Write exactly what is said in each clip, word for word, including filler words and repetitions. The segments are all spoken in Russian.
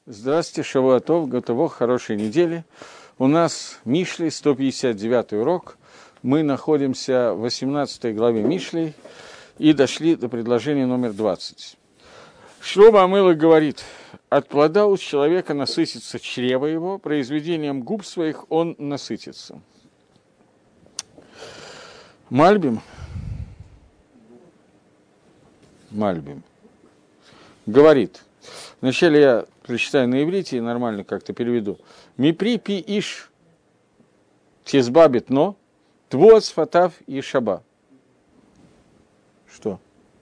Здравствуйте, Шавуатов, готово, хорошей недели. У нас Мишли, сто пятьдесят девятый урок. Мы находимся в восемнадцатой главе Мишли и дошли до предложения номер двадцать. Шломо Амелех говорит: от плода у человека насытится чрево его, произведением губ своих он насытится. Мальбим, Мальбим говорит, вначале я прочитаю на иврите и нормально как-то переведу. Мипри пи иш тизбабит но, твоц фатав и шаба. Что?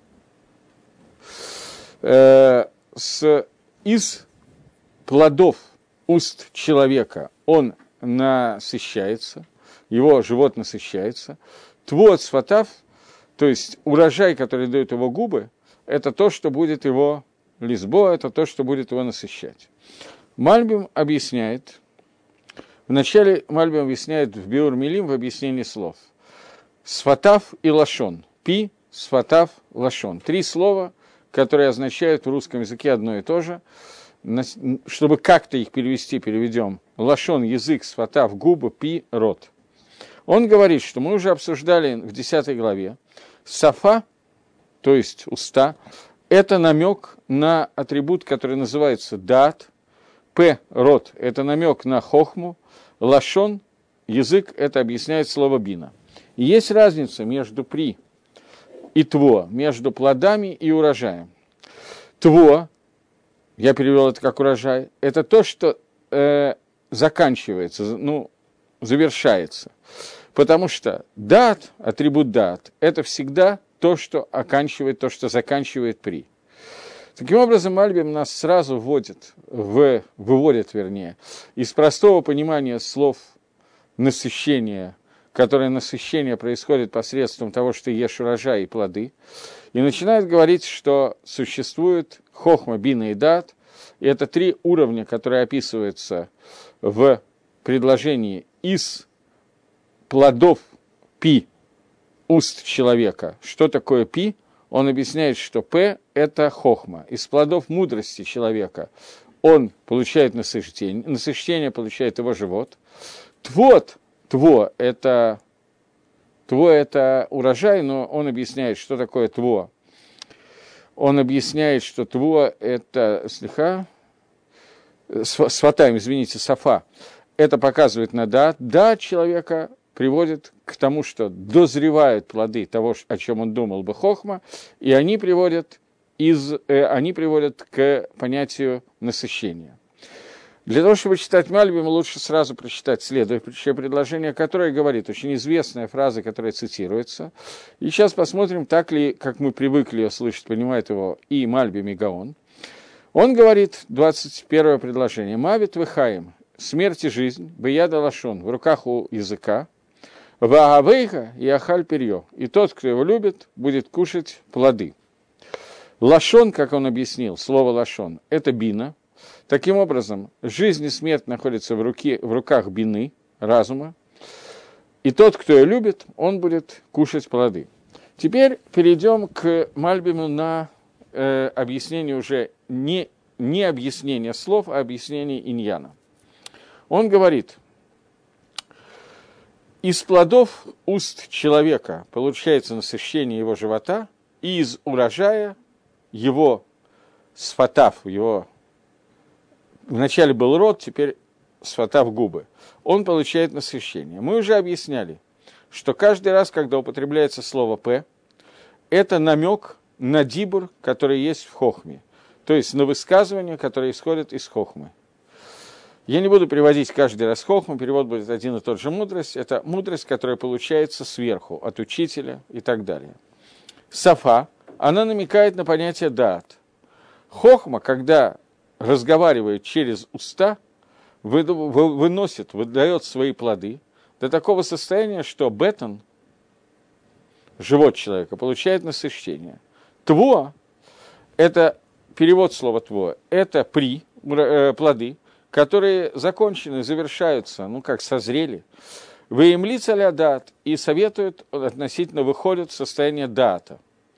Э, с, из плодов уст человека он насыщается, его живот насыщается. Твоц фатав, то есть урожай, который дают его губы, это то, что будет его лизбо, это то, что будет его насыщать. Мальбим объясняет, вначале Мальбим объясняет в Биур Милим в объяснении слов. Сфатав и лашон. Пи, сфатав, лашон. Три слова, которые означают в русском языке одно и то же. Чтобы как-то их перевести, переведем. Лашон, язык, сфатав, губы, пи, рот. Он говорит, что мы уже обсуждали в десятой главе. Сафа, то есть уста, это намек на атрибут, который называется дат. П, рот, это намек на хохму. Лашон, язык, это объясняет слово бина. И есть разница между при и тво, между плодами и урожаем. Тво, я перевел это как урожай, это то, что э, заканчивается, ну, завершается. Потому что дат, атрибут дат, это всегда то, что оканчивает, то, что заканчивает при. Таким образом, Мальбим нас сразу вводит, в, выводит, вернее, из простого понимания слов насыщения, которое насыщение происходит посредством того, что ешь урожай и плоды, и начинает говорить, что существует хохма, бина и дат, и это три уровня, которые описываются в предложении из плодов пи, уст человека. Что такое пи? Он объясняет, что п – это хохма. Из плодов мудрости человека он получает насыщение, насыщение получает его живот. Твот, тво – это, тво – это урожай, но он объясняет, что такое тво. Он объясняет, что тво – это, слегка, сватаем, извините, сафа. Это показывает на дат. Дат человека приводит к тому, что дозревают плоды того, о чем он думал бы хохма, и они приводят, из, э, они приводят к понятию насыщения. Для того, чтобы читать Мальбим, лучше сразу прочитать следующее предложение, которое говорит, очень известная фраза, которая цитируется. И сейчас посмотрим, так ли, как мы привыкли ее слышать, понимает его и Мальбим, и Гаон. Он говорит, двадцать первое предложение, «Мавит вехаим, смерть и жизнь, бияда лашон, в руках у языка, ваагавейха и ахаль перьё, и тот, кто его любит, будет кушать плоды». Лашон, как он объяснил, слово лашон, это бина. Таким образом, жизнь и смерть находятся в, руке, в руках бины, разума, и тот, кто его любит, он будет кушать плоды. Теперь перейдем к Мальбиму на э, объяснение уже не, не объяснение слов, а объяснение иньяна. Он говорит, из плодов уст человека получается насыщение его живота, и из урожая его сфатав, его вначале был рот, теперь сфатав губы, он получает насыщение. Мы уже объясняли, что каждый раз, когда употребляется слово «п», это намек на дибур, который есть в хохме, то есть на высказывание, которое исходит из хохмы. Я не буду переводить каждый раз хохму, перевод будет один и тот же мудрость. Это мудрость, которая получается сверху, от учителя и так далее. Сафа, она намекает на понятие даат. Хохма, когда разговаривает через уста, выносит, выдает свои плоды до такого состояния, что бетон, живот человека, получает насыщение. Тво, это перевод слова тво, это при, э, плоды, которые закончены, завершаются, ну как созрели, выемлица ля дат, и советуют относительно, выходят в состояние дата.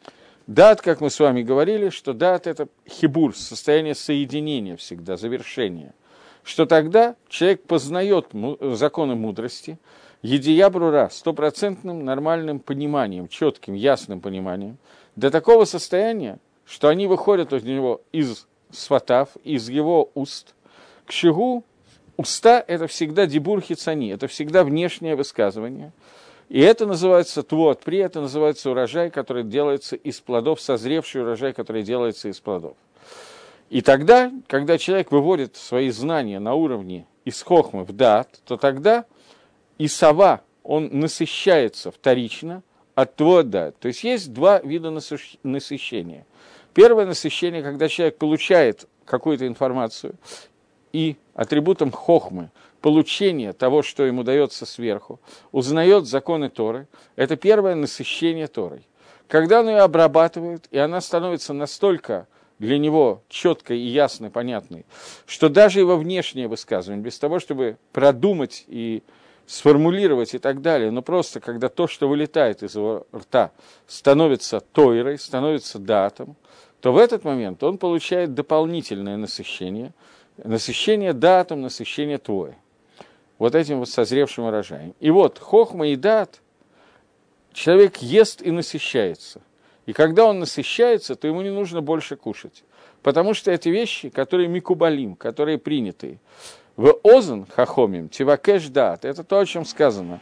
Дат, как мы с вами говорили, что дат – это хибур, состояние соединения всегда, завершения. Что тогда человек познает законы мудрости, едия брура, стопроцентным нормальным пониманием, четким, ясным пониманием, до такого состояния, что они выходят из него из сватав, из его уст. К шигу уста – это всегда дибур хицани, это всегда внешнее высказывание. И это называется твот при, это называется урожай, который делается из плодов, созревший урожай, который делается из плодов. И тогда, когда человек выводит свои знания на уровне из хохмы в дат, то тогда и сова, он насыщается вторично от твот дат. То есть есть два вида насыщения. Первое насыщение, когда человек получает какую-то информацию, и атрибутом хохмы, получение того, что ему дается сверху, узнает законы Торы, это первое насыщение Торой. Когда он ее обрабатывает, и она становится настолько для него четкой и ясной, понятной, что даже его внешнее высказывание, без того, чтобы продумать и сформулировать и так далее, но просто когда то, что вылетает из его рта, становится Тойрой, становится датом, то в этот момент он получает дополнительное насыщение, насыщение датом, насыщение Твой. Вот этим вот созревшим урожаем. И вот хохма и дат, человек ест и насыщается. И когда он насыщается, то ему не нужно больше кушать. Потому что это вещи, которые микубалим, которые принятые. В озен хахомим, тивакеш дат, это то, о чем сказано,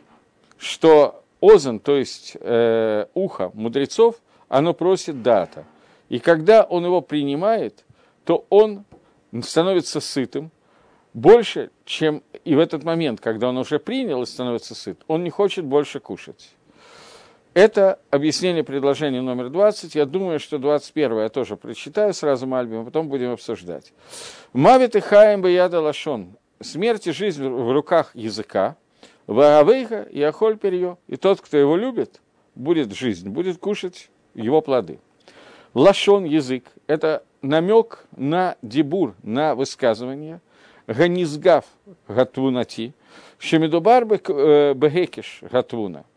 что озен, то есть э, ухо мудрецов, оно просит дата. И когда он его принимает, то он становится сытым, больше, чем и в этот момент, когда он уже принял и становится сыт, он не хочет больше кушать. Это объяснение предложения номер двадцать. Я думаю, что двадцать первое я тоже прочитаю сразу Мальбим, а потом будем обсуждать. Мавит и хаим бияда лашон. Смерть и жизнь в руках языка. Ваавейха и ахоль перьё. И тот, кто его любит, будет жизнь, будет кушать его плоды. Лашон, язык, это намек на дибур, на высказывание. Ганизгав гатвунати, шемидубар бегекиш гатвуна,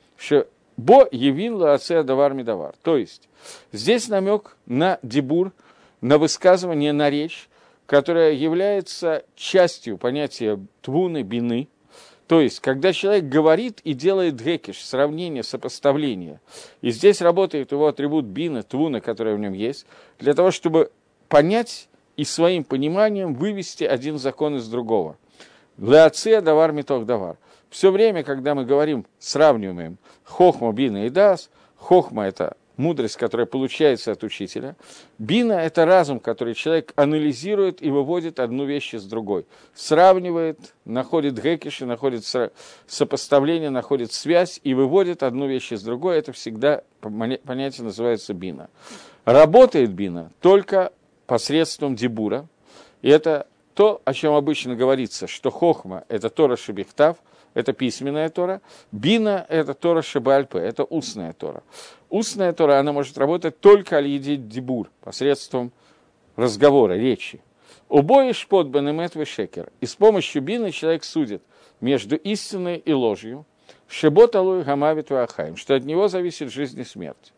бо явин лаацея давар мидавар. То есть здесь намек на дибур, на высказывание, на речь, которая является частью понятия твуны, бины. То есть, когда человек говорит и делает гекиш, сравнение, сопоставление, и здесь работает его атрибут бина, твуна, который в нем есть, для того, чтобы понять и своим пониманием вывести один закон из другого. Леоция давар митох давар. Все время, когда мы говорим, сравниваем хохма, бина и дас, хохма – это мудрость, которая получается от учителя, бина – это разум, который человек анализирует и выводит одну вещь из другой, сравнивает, находит гекиши, находит сопоставление, находит связь и выводит одну вещь из другой. Это всегда понятие называется бина. Работает бина только посредством дибура. И это то, о чем обычно говорится, что хохма – это Тора шебихтав, это письменная Тора, бина – это Тора шебальпе, это устная Тора. Устная Тора, она может работать только аль-еди дибур, посредством разговора, речи. Убои шпот бенемет вешекер. И с помощью бины человек судит между истиной и ложью. Шебот алуй гамавит ваахаим, что от него зависит жизнь и смерть.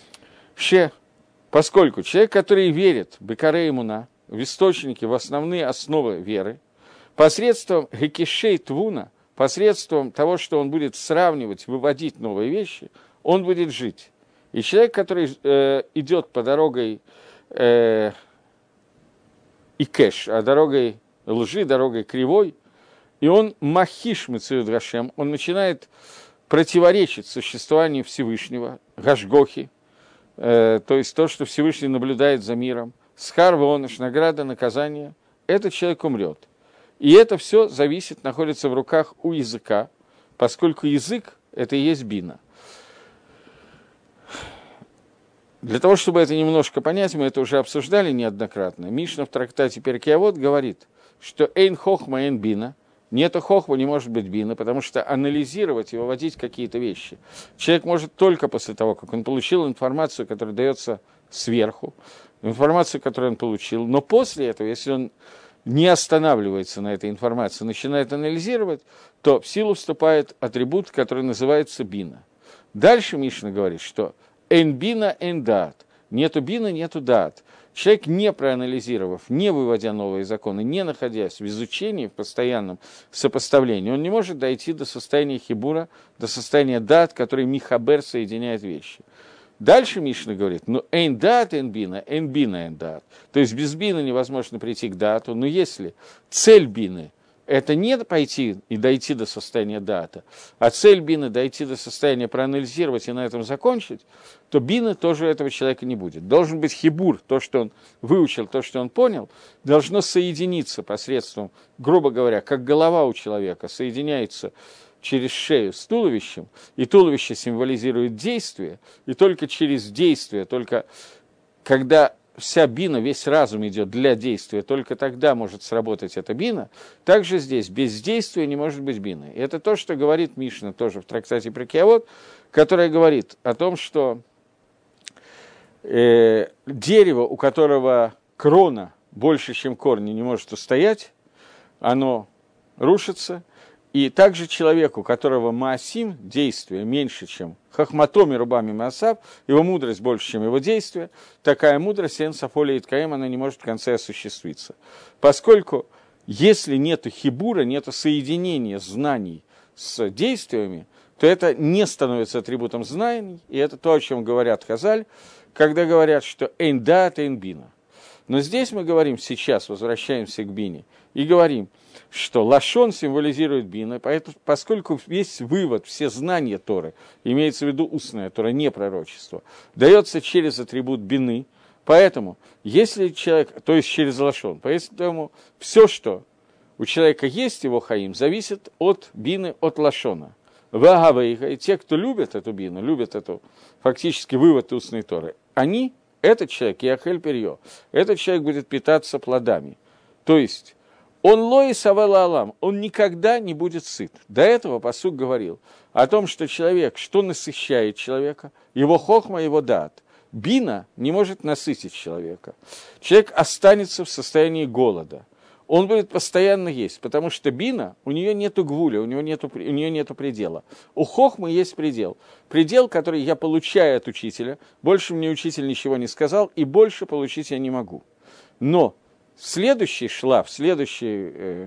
Ше. Поскольку человек, который верит в бекаре имуна, в источники, в основные основы веры, посредством гекишей твуна, посредством того, что он будет сравнивать, выводить новые вещи, он будет жить. И человек, который э, идет по дорогой э, икеш, а дорогой лжи, дорогой кривой, и он махиш мецеюд гашем, он начинает противоречить существованию Всевышнего, гашгохи, то есть то, что Всевышний наблюдает за миром, схар воныш, награда, наказание, этот человек умрет. И это все зависит, находится в руках у языка, поскольку язык – это и есть бина. Для того, чтобы это немножко понять, мы это уже обсуждали неоднократно. Мишна в трактате Перкей Авот говорит, что «эйн хохма, эйн бина», нету хохма, не может быть бина, потому что анализировать и выводить какие-то вещи человек может только после того, как он получил информацию, которая дается сверху, информацию, которую он получил. Но после этого, если он не останавливается на этой информации, начинает анализировать, то в силу вступает атрибут, который называется бина. Дальше Мишна говорит, что Эн бина, эн даат. Нету бина, нету даат. Человек, не проанализировав, не выводя новые законы, не находясь в изучении, в постоянном сопоставлении, он не может дойти до состояния хибура, до состояния даат, который михабер соединяет вещи. Дальше Мишна говорит, ну, эйн даат, эйн бина, эйн бина, эйн даат. То есть без бина невозможно прийти к даату, но если цель бины – это не пойти и дойти до состояния даата, а цель бины – дойти до состояния проанализировать и на этом закончить, то бины тоже этого человека не будет. Должен быть хибур, то, что он выучил, то, что он понял, должно соединиться посредством, грубо говоря, как голова у человека соединяется через шею с туловищем, и туловище символизирует действие, и только через действие, только когда вся бина, весь разум идет для действия, только тогда может сработать эта бина, также здесь без действия не может быть бины. И это то, что говорит Мишна тоже в трактате Перкей Авот, которая говорит о том, что э, дерево, у которого крона больше, чем корни, не может устоять, оно рушится. И также человеку, у которого маасим, действие, меньше, чем хахматом и рубами маасав, его мудрость больше, чем его действие, такая мудрость, эн сафоли иткаем, она не может в конце осуществиться. Поскольку если нет хибура, нет соединения знаний с действиями, то это не становится атрибутом знаний, и это то, о чем говорят Хазаль, когда говорят, что эйн даат, эйн бина. Но здесь мы говорим сейчас, возвращаемся к бине, и говорим, что лашон символизирует бина, поэтому, поскольку весь вывод, все знания Торы, имеется в виду устная Тора, не пророчество, дается через атрибут бины, поэтому, если человек, то есть через лашон, поэтому все, что у человека есть, его хаим, зависит от бины, от лашона. Вагавейха, и те, кто любят эту бину, любят эту фактически вывод устной Торы, они, этот человек, яхель перьё, этот человек будет питаться плодами, то есть он лои савела алам, он никогда не будет сыт. До этого пасук говорил о том, что человек, что насыщает человека, его хохма, его даат. Бина не может насытить человека. Человек останется в состоянии голода. Он будет постоянно есть, потому что бина, у нее нету гвуля, у, него нету, у нее нету предела. У хохмы есть предел. Предел, который я получаю от учителя, больше мне учитель ничего не сказал, и больше получить я не могу. Но следующий шлаф, следующий э,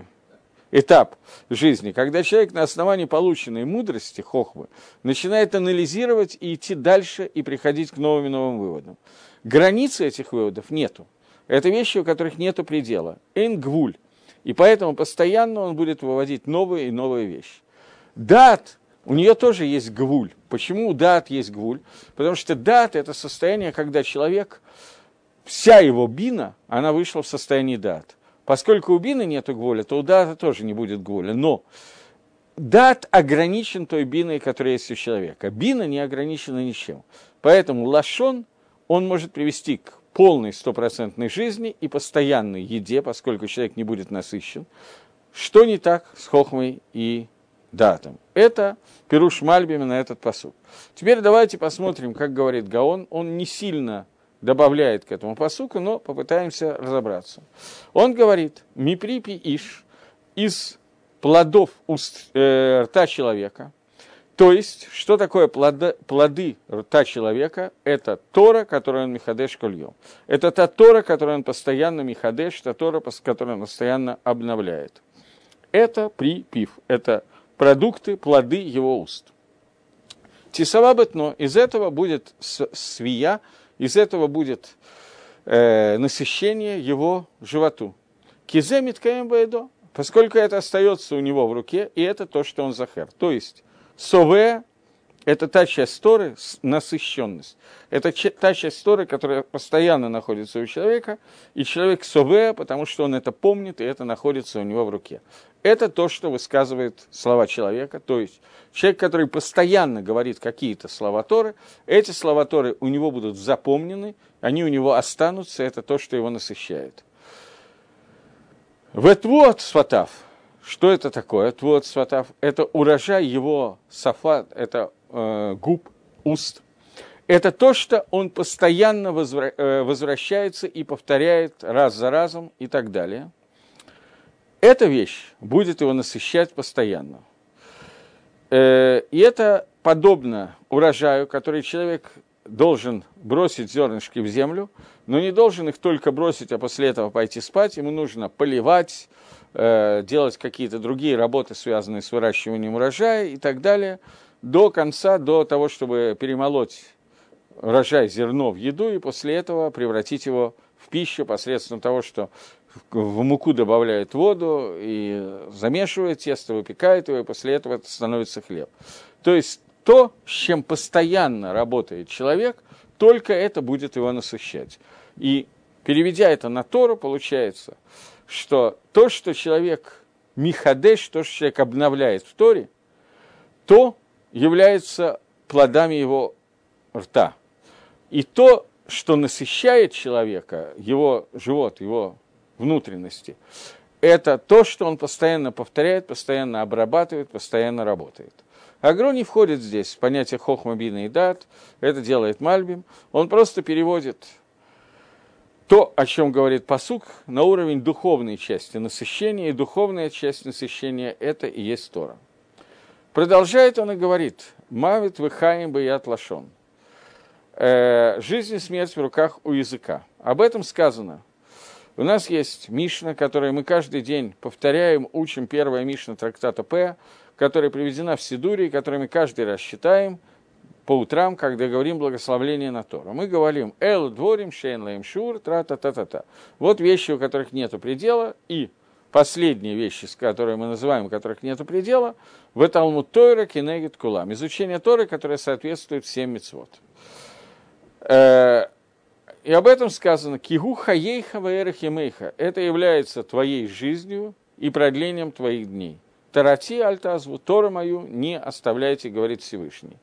этап жизни, когда человек на основании полученной мудрости, хохмы, начинает анализировать и идти дальше, и приходить к новым и новым выводам. Границы этих выводов нету. Это вещи, у которых нету предела. Эйн гвуль. И поэтому постоянно он будет выводить новые и новые вещи. Дат, у нее тоже есть гвуль. Почему у дат есть гвуль? Потому что дат – это состояние, когда человек, вся его бина, она вышла в состоянии дат. Поскольку у бины нету гвуля, то у дата тоже не будет гвуля. Но дат ограничен той биной, которая есть у человека. Бина не ограничена ничем. Поэтому лашон, он может привести к полной стопроцентной жизни и постоянной еде, поскольку человек не будет насыщен. Что не так с хохмой и датом? Это пируш Мальбима на этот пасук. Теперь давайте посмотрим, как говорит Гаон. Он не сильно добавляет к этому пасуку, но попытаемся разобраться. Он говорит, миприпи иш, из плодов уст, э, рта человека. То есть, что такое плоды, плоды рта человека? Это Тора, которую он михадеш кольем. Это та Тора, которую он постоянно михадеш, та Тора, которую он постоянно обновляет. Это припив, это продукты, плоды его уст. Тисава бетно, из этого будет свия, из этого будет э, насыщение его животу. Кизе миткаем баэдо, поскольку это остается у него в руке, и это то, что он захер. То есть, сове – это та часть Торы, насыщенность. Это та часть Торы, которая постоянно находится у человека, и человек сове, потому что он это помнит, и это находится у него в руке. Это то, что высказывает слова человека, то есть человек, который постоянно говорит какие-то слова Торы, эти слова Торы у него будут запомнены, они у него останутся, это то, что его насыщает. Ветвот сватав. Что это такое? Твот сватав. Это урожай его сафат, это э, губ, уст. Это то, что он постоянно возвра- э, возвращается и повторяет раз за разом и так далее. Эта вещь будет его насыщать постоянно. Э, и это подобно урожаю, который человек должен бросить зернышки в землю, но не должен их только бросить, а после этого пойти спать. Ему нужно поливать, э, делать какие-то другие работы, связанные с выращиванием урожая и так далее, до конца, до того, чтобы перемолоть урожай, зерно в еду, и после этого превратить его в пищу посредством того, что в муку добавляют воду и замешивают тесто, выпекают его, и после этого это становится хлеб. То есть то, с чем постоянно работает человек, только это будет его насыщать. И переведя это на Тору, получается, что то, что человек михадеш, то, что человек обновляет в Торе, то является плодами его рта. И то, что насыщает человека, его живот, его внутренности, это то, что он постоянно повторяет, постоянно обрабатывает, постоянно работает. Агро не входит здесь в понятие хохма, бина и дат, это делает Мальбим, он просто переводит то, о чем говорит пасук, на уровень духовной части насыщения, и духовная часть насыщения – это и есть Тора. Продолжает он и говорит, «Мавит вихаим беят лашон». Жизнь и смерть в руках у языка. Об этом сказано. У нас есть Мишна, которую мы каждый день повторяем, учим, первая Мишна трактата П, которая приведена в Сидуре, и которую мы каждый раз читаем по утрам, когда говорим благословление на Тору. Мы говорим «Эл дворим шейн лаим шур тра-та-та-та-та». Вот вещи, у которых нету предела, и последние вещи, которые мы называем, у которых нету предела, в Талмуд Тойра кенегет кулам. Изучение Торы, которое соответствует всем мицвот. И об этом сказано «Кигу хаейха ваэрах ямейха». Это является твоей жизнью и продлением твоих дней. Тарати альтазву, Тору мою не оставляйте, говорит Всевышний.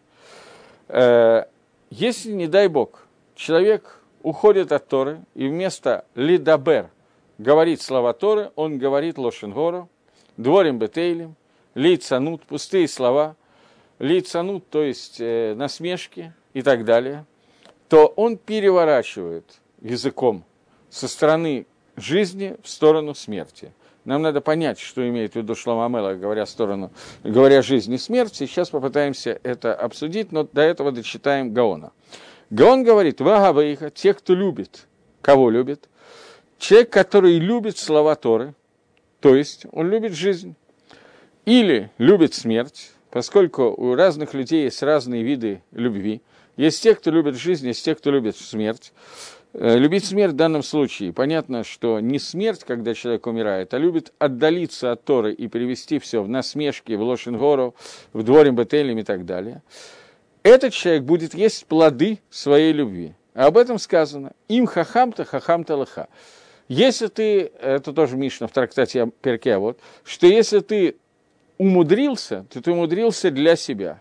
Если, не дай Бог, человек уходит от Торы и вместо лидабер говорит слова Торы, он говорит лошенгору, дворим бетейлем, лейцанут, пустые слова, лейцанут, то есть э, насмешки и так далее, то он переворачивает языком со стороны жизни в сторону смерти. Нам надо понять, что имеет в виду Шломо АМЕЛЕХ, говоря, сторону, говоря жизни и смерти. Сейчас попытаемся это обсудить, но до этого дочитаем Гаона. Гаон говорит, «Вагавейха», те, кто любит, кого любит? Человек, который любит слова Торы, то есть он любит жизнь, или любит смерть, поскольку у разных людей есть разные виды любви. Есть те, кто любит жизнь, есть те, кто любит смерть. Любить смерть в данном случае, понятно, что не смерть, когда человек умирает, а любит отдалиться от Торы и привести все в насмешки, в лошенгору, в дворим бетелем и так далее. Этот человек будет есть плоды своей любви. А об этом сказано «Им хахамта, хахамта лаха». Если ты, это тоже Мишна в трактате Перкей Авот, что если ты умудрился, то ты умудрился для себя.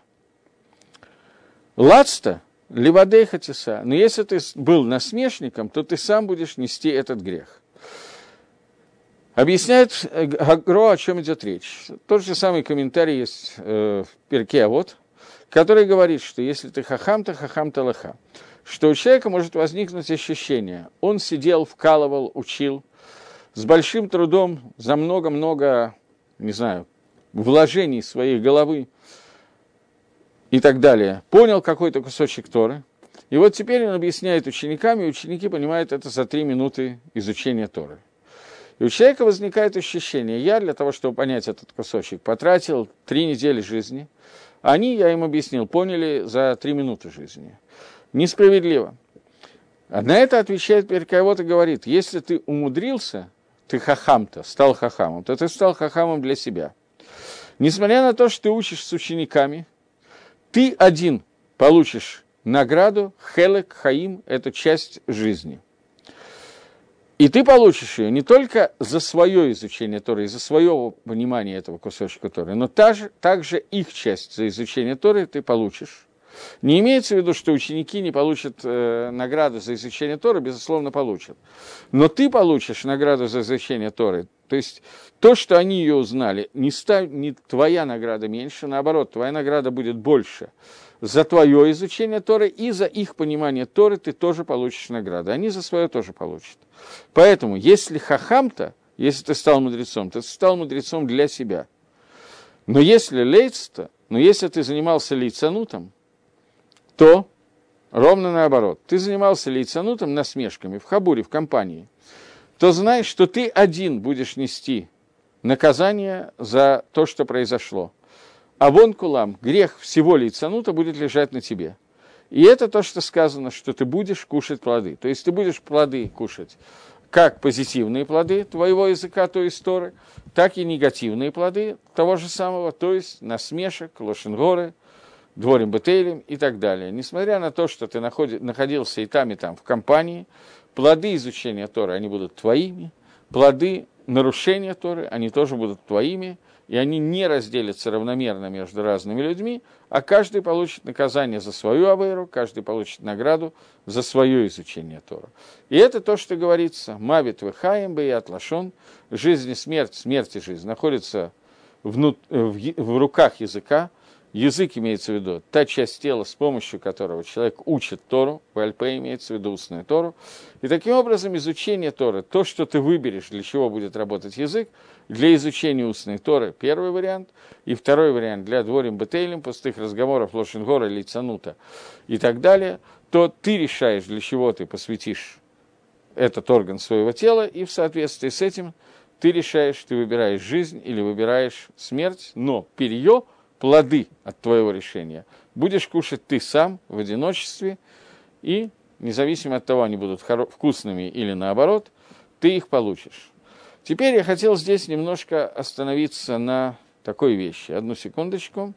Лацта, либадей хатиса, но если ты был насмешником, то ты сам будешь нести этот грех. Объясняет Агро, о чем идет речь. Тот же самый комментарий есть э, в Перкей Авот, который говорит, что если ты хахам-то, хахам-то лаха, что у человека может возникнуть ощущение, он сидел, вкалывал, учил, с большим трудом, за много-много, не знаю, вложений своей головы и так далее, понял какой-то кусочек Торы, и вот теперь он объясняет ученикам, и ученики понимают это за три минуты изучения Торы. И у человека возникает ощущение, я для того, чтобы понять этот кусочек, потратил три недели жизни, они, я им объяснил, поняли за три минуты жизни. Несправедливо. А на это отвечает Перкей Авот и говорит, если ты умудрился, ты хахам-то, стал хахамом, то ты стал хахамом для себя. Несмотря на то, что ты учишь с учениками, ты один получишь награду, хелек, хаим, это часть жизни. И ты получишь ее не только за свое изучение Торы, и за свое понимание этого кусочка Торы, но также, также их часть за изучение Торы ты получишь. Не имеется в виду, что ученики не получат э, награду за изучение Торы, безусловно, получат. Но ты получишь награду за изучение Торы. То есть то, что они ее узнали, не, став, не твоя награда меньше, наоборот, твоя награда будет больше. За твое изучение Торы и за их понимание Торы ты тоже получишь награду. Они за свое тоже получат. Поэтому, если хахам-то, если ты стал мудрецом, то ты стал мудрецом для себя. Но если лейц-то, но если ты занимался лейцанутом, то ровно наоборот, ты занимался лейцанутом, насмешками, в хабуре, в компании, то знай, что ты один будешь нести наказание за то, что произошло. А вон кулам, грех всего лейцанута будет лежать на тебе. И это то, что сказано, что ты будешь кушать плоды. То есть ты будешь плоды кушать, как позитивные плоды твоего языка, то есть Торы, так и негативные плоды того же самого, то есть насмешек, лошенгоры, дворим бетейлем и так далее. Несмотря на то, что ты находи, находился и там, и там в компании, плоды изучения Торы, они будут твоими, плоды нарушения Торы, они тоже будут твоими, и они не разделятся равномерно между разными людьми, а каждый получит наказание за свою авейру, каждый получит награду за свое изучение Тора. И это то, что говорится, «Мавит вехаем беят лашон», жизнь и смерть, смерть и жизнь находятся внут, в, в руках языка. Язык имеется в виду та часть тела, с помощью которого человек учит Тору, вальпе имеется в виду устную Тору. И таким образом изучение Торы, то, что ты выберешь, для чего будет работать язык, для изучения устной Торы первый вариант, и второй вариант для дворим бетейлем, пустых разговоров, лошенгора, лейцанута и так далее, то ты решаешь, для чего ты посвятишь этот орган своего тела, и в соответствии с этим ты решаешь, ты выбираешь жизнь или выбираешь смерть, но перье, плоды от твоего решения будешь кушать ты сам в одиночестве, и независимо от того, они будут хоро- вкусными или наоборот, ты их получишь. Теперь я хотел здесь немножко остановиться на такой вещи. Одну секундочку.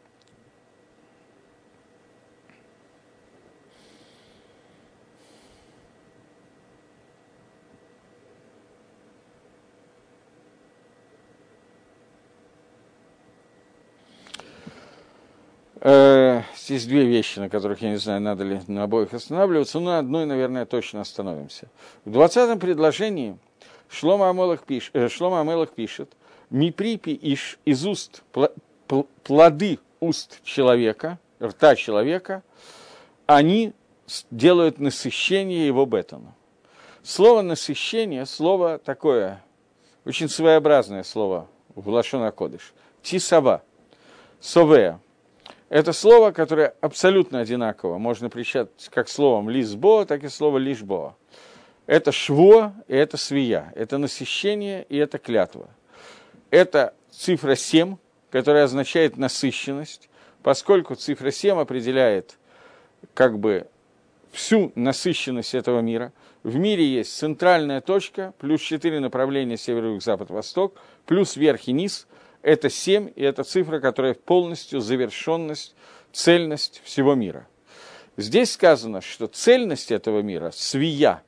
Здесь две вещи, на которых, я не знаю, надо ли на обоих останавливаться, но на одной, наверное, точно остановимся. В двадцатом предложении Шломо Амелах пишет, э, Шломо Амелах пишет «Миприпи иш из уст, плоды уст человека, рта человека, они делают насыщение его бетону». Слово «насыщение» – слово такое, очень своеобразное слово в лашон а-кодеш. Тисава, совея. Это слово, которое абсолютно одинаково, можно причать как словом лисбо, так и слово лишбо. Это шво и это свия, это насыщение и это клятва. Это цифра семь, которая означает насыщенность, поскольку цифра семь определяет как бы всю насыщенность этого мира. В мире есть центральная точка, плюс четыре направления север, юг, запад, восток, плюс верх и низ. Это семь, и это цифра, которая полностью завершенность, цельность всего мира. Здесь сказано, что цельность этого мира, свия,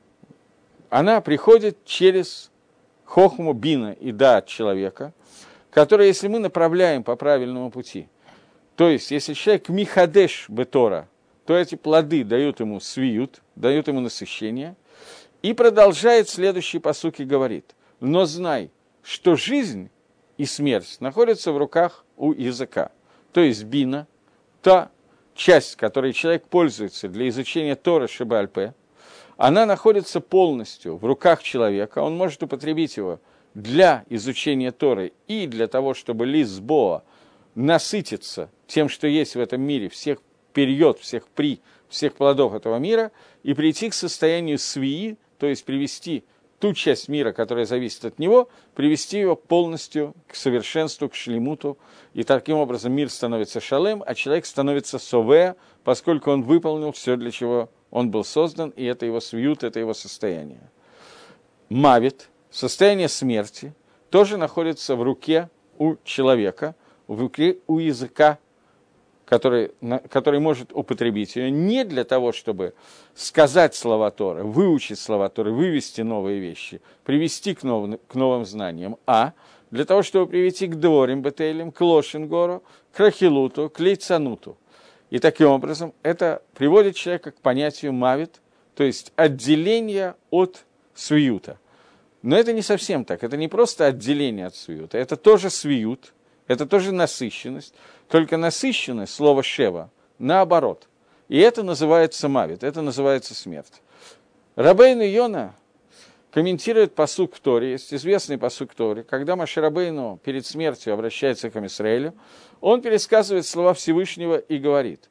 она приходит через хохму, бина и даат человека, которая, если мы направляем по правильному пути, то есть, если человек михадеш бетора, то эти плоды дают ему свиют, дают ему насыщение, и продолжает следующий пасук и говорит, но знай, что жизнь и смерть находятся в руках у языка. То есть бина, та часть, которой человек пользуется для изучения Торы Шебаль-Пе, она находится полностью в руках человека, он может употребить его для изучения Торы и для того, чтобы лисбоа насытиться тем, что есть в этом мире, всех период, всех при, всех плодов этого мира, и прийти к состоянию свии, то есть привести ту часть мира, которая зависит от него, привести его полностью к совершенству, к шлемуту, и таким образом мир становится шалем, а человек становится сове, поскольку он выполнил все, для чего он был создан, и это его свиют, это его состояние. Мавит, состояние смерти, тоже находится в руке у человека, в руке у языка, который, который может употребить ее не для того, чтобы сказать слова Торы, выучить слова Торы, вывести новые вещи, привести к новым, к новым знаниям, а для того, чтобы привести к дворим бетейлем, к лошенгору, к рахилуту, к лейцануту. И таким образом это приводит человека к понятию мавит, то есть отделение от свиюта. Но это не совсем так, это не просто отделение от свиюта, это тоже свиют, это тоже насыщенность, только насыщенность, слово «шева», наоборот. И это называется мавит, это называется смерть. Рабейну Йона комментирует пасук в Торе, есть известный пасук в Торе, когда Моше Рабейну перед смертью обращается к Ам Исраэлю, он пересказывает слова Всевышнего и говорит: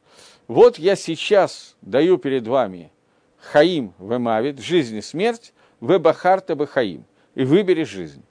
вот я сейчас даю перед вами хаим вемавит, жизнь и смерть, вебахарта бахаим, и выбери жизнь.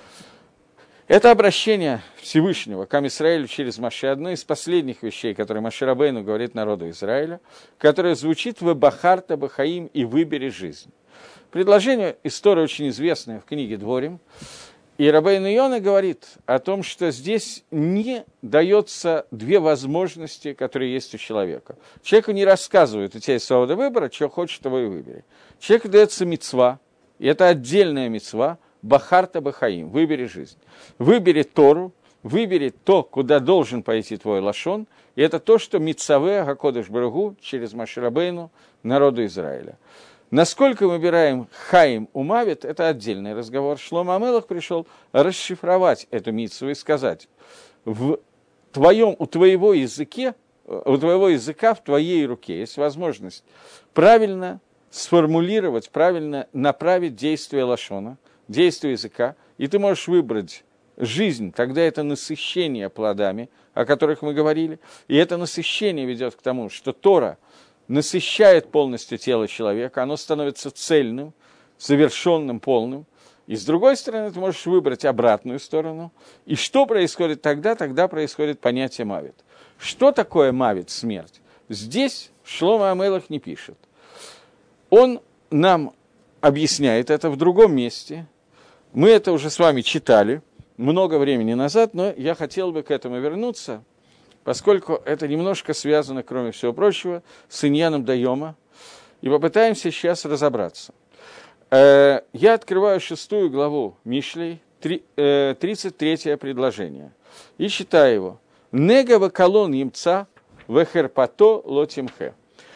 Это обращение Всевышнего к Ам-Исраэлю через Моше, одно из последних вещей, которые Моше Рабейну говорит народу Израиля, которое звучит «Вебахарта бахаим» и «выбери жизнь». Предложение истории очень известное в книге Дворим, и Рабейну Йона говорит о том, что здесь не дается две возможности, которые есть у человека. Человеку не рассказывают, у тебя есть свобода выбора, что хочешь, того и выбери. Человеку дается мицва, и это отдельная мицва, Бахарта Бахаим, выбери жизнь. Выбери Тору, выбери то, куда должен пойти твой лашон, и это то, что мицаве Гакодеш Баругу через Моше Рабейну народу Израиля. Насколько мы выбираем Хаим Умавит, это отдельный разговор. Шломо а-Мелех пришел расшифровать эту мицву и сказать, в твоем, у твоего языке, у твоего языка в твоей руке есть возможность правильно сформулировать, правильно направить действие лашона, действие языка, и ты можешь выбрать жизнь, тогда это насыщение плодами, о которых мы говорили, и это насыщение ведет к тому, что Тора насыщает полностью тело человека, оно становится цельным, завершенным, полным, и с другой стороны ты можешь выбрать обратную сторону, и что происходит тогда? Тогда происходит понятие мавит. Что такое мавит, смерть? Здесь Шломо а-Мелех не пишет. Он нам объясняет это в другом месте. Мы это уже с вами читали много времени назад, но я хотел бы к этому вернуться, поскольку это немножко связано, кроме всего прочего, с иньяном Дайома, и попытаемся сейчас разобраться. Я открываю шестую главу Мишлей, тридцать третье предложение, и читаю его. «Нега вакалон емца вехерпато лотимхе».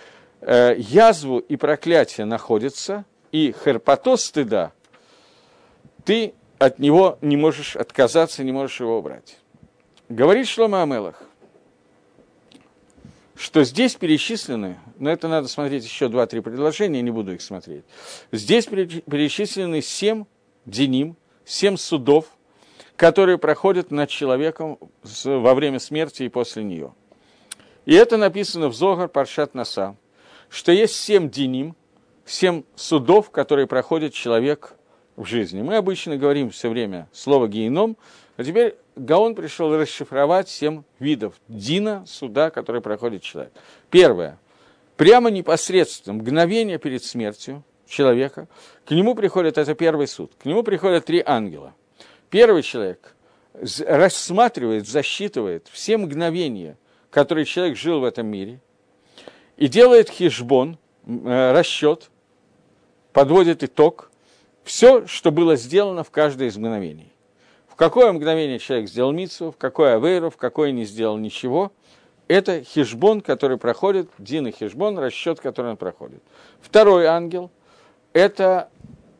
Язву и проклятие находятся, и херпато стыда, ты от него не можешь отказаться, не можешь его убрать. Говорит Шломо а-Мелех, что здесь перечислены, но это надо смотреть еще два-три предложения, не буду их смотреть, здесь перечислены семь диним, семь судов, которые проходят над человеком во время смерти и после нее. И это написано в Зогар Паршат Наса, что есть семь диним, семь судов, которые проходит человек в жизни. Мы обычно говорим все время слово «геном», а теперь Гаон пришел расшифровать семь видов дина, суда, которые проходит человек. Первое. Прямо непосредственно, мгновение перед смертью человека, к нему приходит, это первый суд, к нему приходят три ангела. Первый человек рассматривает, засчитывает все мгновения, которые человек жил в этом мире, и делает хишбон, расчет, подводит итог, все, что было сделано в каждое из мгновений. В какое мгновение человек сделал мицву, в какое авейру, в какое не сделал ничего, это хишбон, который проходит, дин и хишбон, расчет, который он проходит. Второй ангел, это,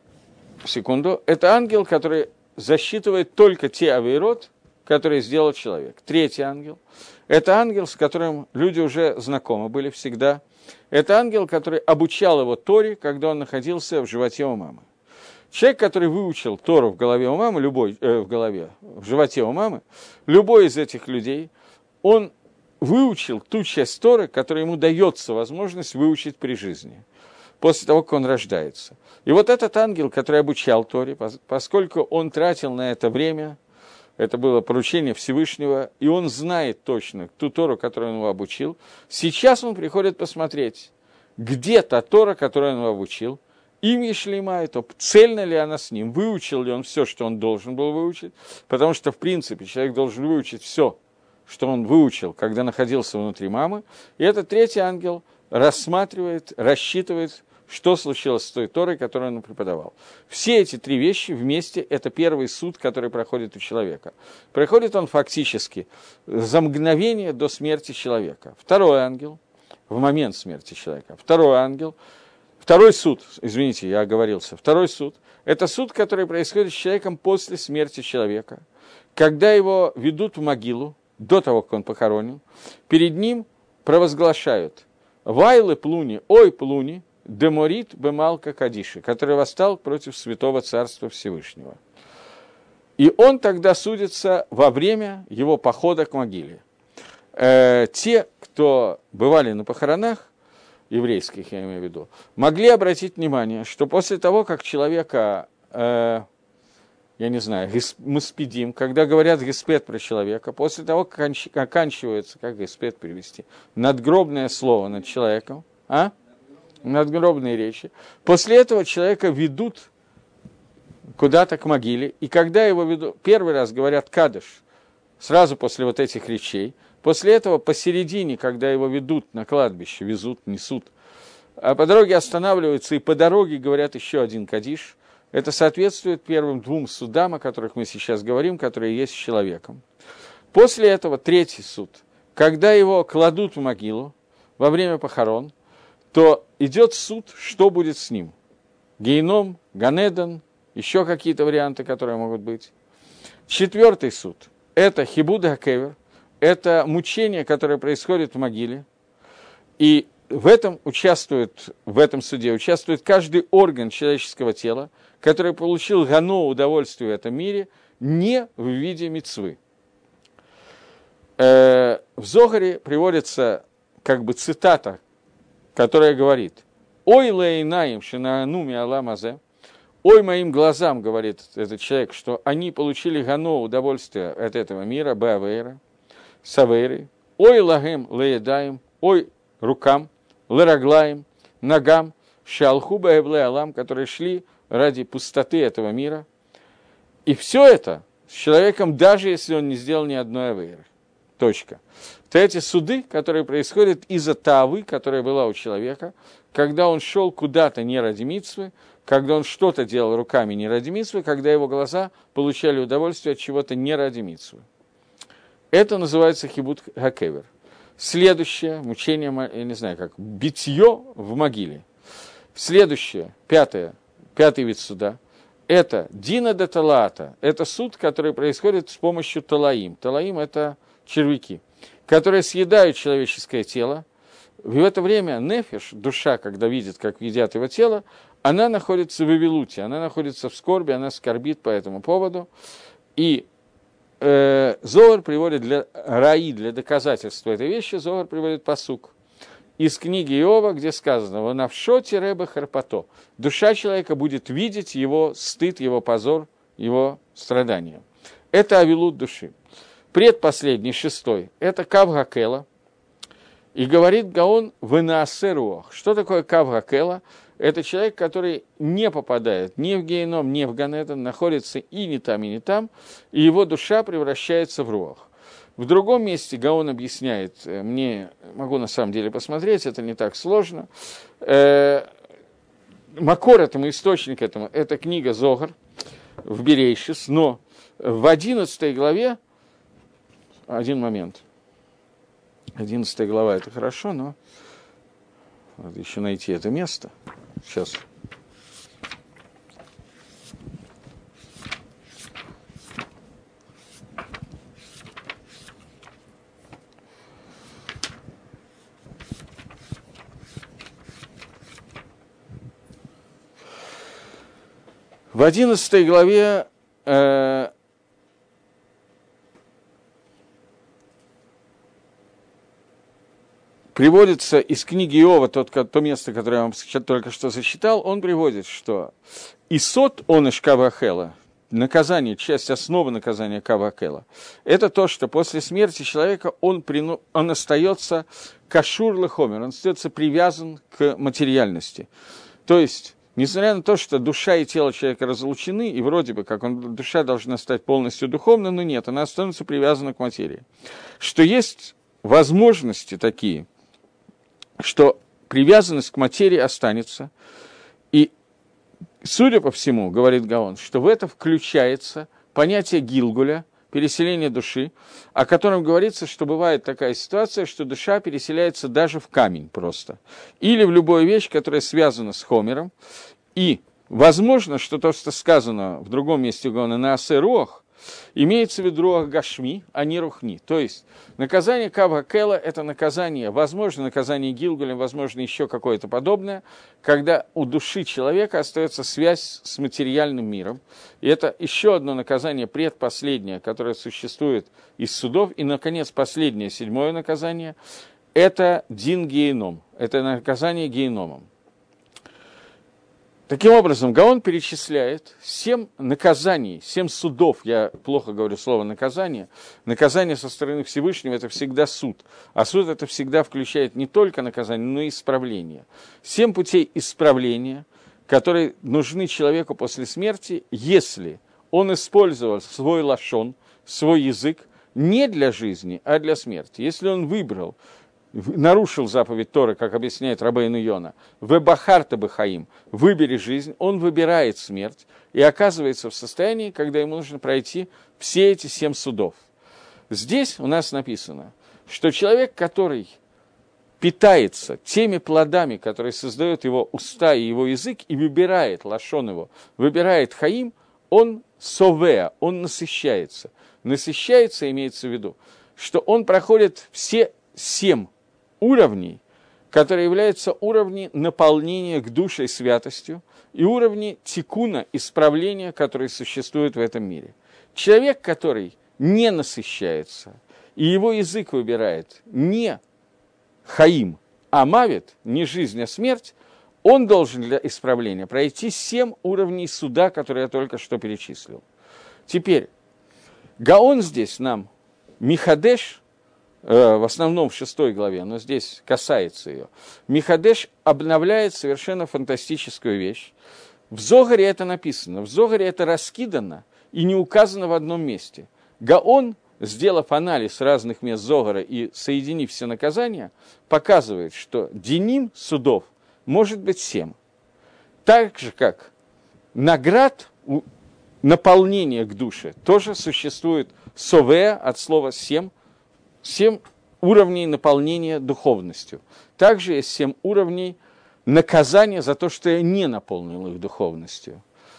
секунду, это ангел, который засчитывает только те авейрот, которые сделал человек. Третий ангел, это ангел, с которым люди уже знакомы были всегда. Это ангел, который обучал его Торе, когда он находился в животе у мамы. Человек, который выучил Тору в голове у мамы, любой, э, в голове, в животе у мамы, любой из этих людей, он выучил ту часть Торы, которая ему дается возможность выучить при жизни, после того, как он рождается. И вот этот ангел, который обучал Торе, поскольку он тратил на это время, это было поручение Всевышнего, и он знает точно ту Тору, которую он его обучил, сейчас он приходит посмотреть, где та Тора, которую он его обучил, им ешлима, то цельна ли она с ним, выучил ли он все, что он должен был выучить, потому что, в принципе, человек должен выучить все, что он выучил, когда находился внутри мамы, и этот третий ангел рассматривает, рассчитывает, что случилось с той Торой, которую он преподавал. Все эти три вещи вместе – это первый суд, который проходит у человека. Проходит он фактически за мгновение до смерти человека. Второй ангел – в момент смерти человека. Второй ангел – Второй суд, извините, я оговорился, второй суд – это суд, который происходит с человеком после смерти человека, когда его ведут в могилу, до того, как он похоронен, перед ним провозглашают «Вайлы плуни, ой плуни, деморит бемалка кадиши», который восстал против Святого Царства Всевышнего. И он тогда судится во время его похода к могиле. э, те, кто бывали на похоронах, еврейских, я имею в виду, могли обратить внимание, что после того, как человека, э, я не знаю, маспидим, когда говорят геспет про человека, после того, как оканч, оканчивается, как геспет перевести, надгробное слово над человеком, а? Надгробные речи, после этого человека ведут куда-то к могиле, и когда его ведут, первый раз говорят кадыш, сразу после вот этих речей, после этого посередине, когда его ведут на кладбище, везут, несут, а по дороге останавливаются, и по дороге говорят еще один кадиш. Это соответствует первым двум судам, о которых мы сейчас говорим, которые есть с человеком. После этого третий суд, когда его кладут в могилу во время похорон, то идет суд, что будет с ним. Гейном, Ганедон, еще какие-то варианты, которые могут быть. Четвертый суд – это хибуд хакевер, это мучение, которое происходит в могиле, и в этом участвует, в этом суде участвует каждый орган человеческого тела, который получил гано удовольствие в этом мире, не в виде мицвы. Э, в Зогаре приводится как бы цитата, которая говорит: «Ой лейнаим шинаануми аламазе», «Ой моим глазам», говорит этот человек, что они получили гано удовольствие от этого мира, бавейра, савейры, «Ой лагем леедаем», «Ой рукам», «Лераглаем», «Ногам», «Шалху баэвле алам», которые шли ради пустоты этого мира. И все это с человеком, даже если он не сделал ни одной авейры. Точка. То эти суды, которые происходят из-за таавы, которая была у человека, когда он шел куда-то не ради мицвы, когда он что-то делал руками не ради мицвы, когда его глаза получали удовольствие от чего-то не ради мицвы. Это называется хибуд хакевер. Следующее, мучение, я не знаю как, битье в могиле. Следующее, пятое, пятый вид суда, это дина де талаата, это суд, который происходит с помощью талаим. Талаим – это червяки, которые съедают человеческое тело. В это время нефиш, душа, когда видит, как едят его тело, она находится в Вавилуте, она находится в скорби, она скорбит по этому поводу. И э, Зоар приводит для раи, для доказательства этой вещи, Зоар приводит пасук из книги Иова, где сказано: «Ванавшоти рэбэ харпато». Душа человека будет видеть его стыд, его позор, его страдания. Это авилут души. Предпоследний, шестой, это кавгакела. И говорит Гаон «вынаасе руах». Что такое кавгакела? Это человек, который не попадает ни в гейном, ни в ганедон, находится и не там, и не там, и его душа превращается в руах. В другом месте Гаон объясняет, мне могу на самом деле посмотреть, это не так сложно. Э, макор этому, источник этому, это книга Зогар в Берейшис, но в одиннадцатой главе, один момент, одиннадцатая глава, это хорошо, но надо еще найти это место. Сейчас. В одиннадцатой главе э, приводится из книги Иова, тот, то место, которое я вам только что зачитал, он приводит, что Исот оныш кавахела, наказание, часть основы наказания кавахела, это то, что после смерти человека он, прину, он остается кашур лехомер, он остается привязан к материальности. То есть, несмотря на то, что душа и тело человека разлучены, и вроде бы как он, душа должна стать полностью духовной, но нет, она остается привязана к материи. Что есть возможности такие, что привязанность к материи останется, и, судя по всему, говорит Гаон, что в это включается понятие гилгуля, переселение души, о котором говорится, что бывает такая ситуация, что душа переселяется даже в камень просто, или в любую вещь, которая связана с хомером, и возможно, что то, что сказано в другом месте Гаона на асе руах, Имеется в виду руах гашми, а не рухни. То есть наказание кав-хакела – это наказание, возможно, наказание Гилгулем, возможно, еще какое-то подобное, когда у души человека остается связь с материальным миром. И это еще одно наказание, предпоследнее, которое существует из судов. И, наконец, последнее, седьмое наказание – это дин гееном, это наказание гееномом. Таким образом, Гаон перечисляет семь наказаний, семь судов, я плохо говорю слово наказание, наказание со стороны Всевышнего – это всегда суд, а суд это всегда включает не только наказание, но и исправление. Семь путей исправления, которые нужны человеку после смерти, если он использовал свой лашон, свой язык не для жизни, а для смерти. Если он выбрал, нарушил заповедь Торы, как объясняет Рабейну Йона, «Вебахарта бехаим», «выбери жизнь», он выбирает смерть и оказывается в состоянии, когда ему нужно пройти все эти семь судов. Здесь у нас написано, что человек, который питается теми плодами, которые создают его уста и его язык, и выбирает, лашон его, выбирает хаим, он совеа, он насыщается. Насыщается, имеется в виду, что он проходит все семь уровней, которые являются уровни наполнения к душе святостью и уровни тикуна, исправления, которые существуют в этом мире. Человек, который не насыщается, и его язык выбирает не хаим, а мавит, не жизнь, а смерть, он должен для исправления пройти семь уровней суда, которые я только что перечислил. Теперь, Гаон здесь нам, Михадеш, в основном в шестой главе, но здесь касается ее. Михадеш обновляет совершенно фантастическую вещь. В Зогаре это написано, в Зогаре это раскидано и не указано в одном месте. Гаон, сделав анализ разных мест Зогара и соединив все наказания, показывает, что диним судов может быть семь. Так же, как наград, наполнение к душе, тоже существует совеа от слова семь, семь уровней наполнения духовностью. Также есть семь уровней наказания за то, что я не наполнил их духовностью.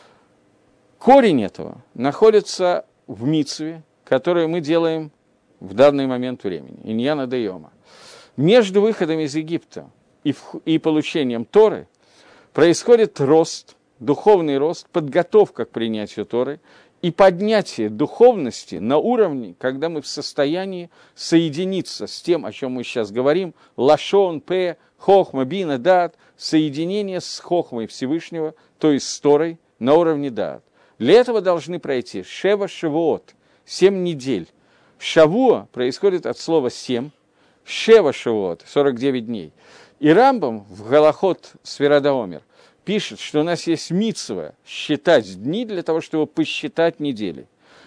Корень этого находится в мицве, которую мы делаем в данный момент времени, иньяна де йома. Между выходом из Египта и, в, и получением Торы происходит рост, духовный рост, подготовка к принятию Торы, и поднятие духовности на уровне, когда мы в состоянии соединиться с тем, о чем мы сейчас говорим, лашон, пе, хохма, бина, дат, соединение с хохмой Всевышнего, то есть с Торой, на уровне дат. Для этого должны пройти шева шавуот, семь недель. Шавуа происходит от слова семь, шева шавуот, сорок девять дней. И Рамбам в Галахот Сферада Омер пишет, что у нас есть мицва считать дни для того, чтобы посчитать недели.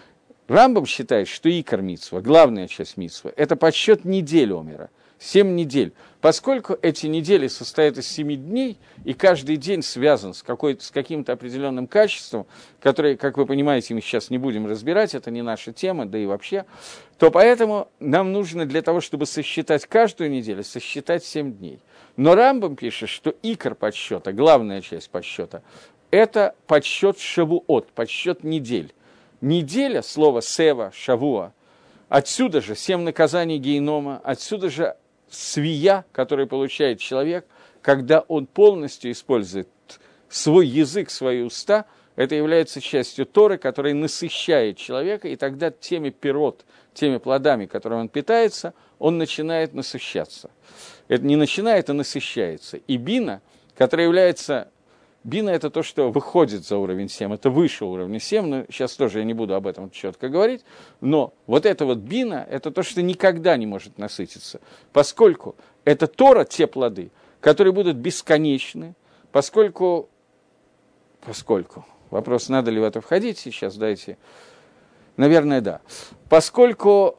Рамбам считает, что икор мицва, главная часть мицва, это подсчет недель Омера, семь недель. Поскольку эти недели состоят из семи дней, и каждый день связан с, какой-то, с каким-то определенным качеством, которое, как вы понимаете, мы сейчас не будем разбирать, это не наша тема, да и вообще, то поэтому нам нужно для того, чтобы сосчитать каждую неделю, сосчитать семь дней. Но Рамбам пишет, что икор подсчета, главная часть подсчета, это подсчет шавуот, подсчет недель. Неделя, слово сева, шавуа, отсюда же семь наказаний генома, отсюда же свия, который получает человек, когда он полностью использует свой язык, свои уста, это является частью Торы, которая насыщает человека, и тогда теми пирот, теми плодами, которыми он питается, он начинает насыщаться. Это не начинает, а насыщается. И бина, которая является... Бина – это то, что выходит за уровень семь, это выше уровня семь, но сейчас тоже я не буду об этом четко говорить, но вот это вот бина – это то, что никогда не может насытиться, поскольку это Тора, те плоды, которые будут бесконечны, поскольку... Поскольку... Вопрос, надо ли в это входить сейчас, дайте... Наверное, да. Поскольку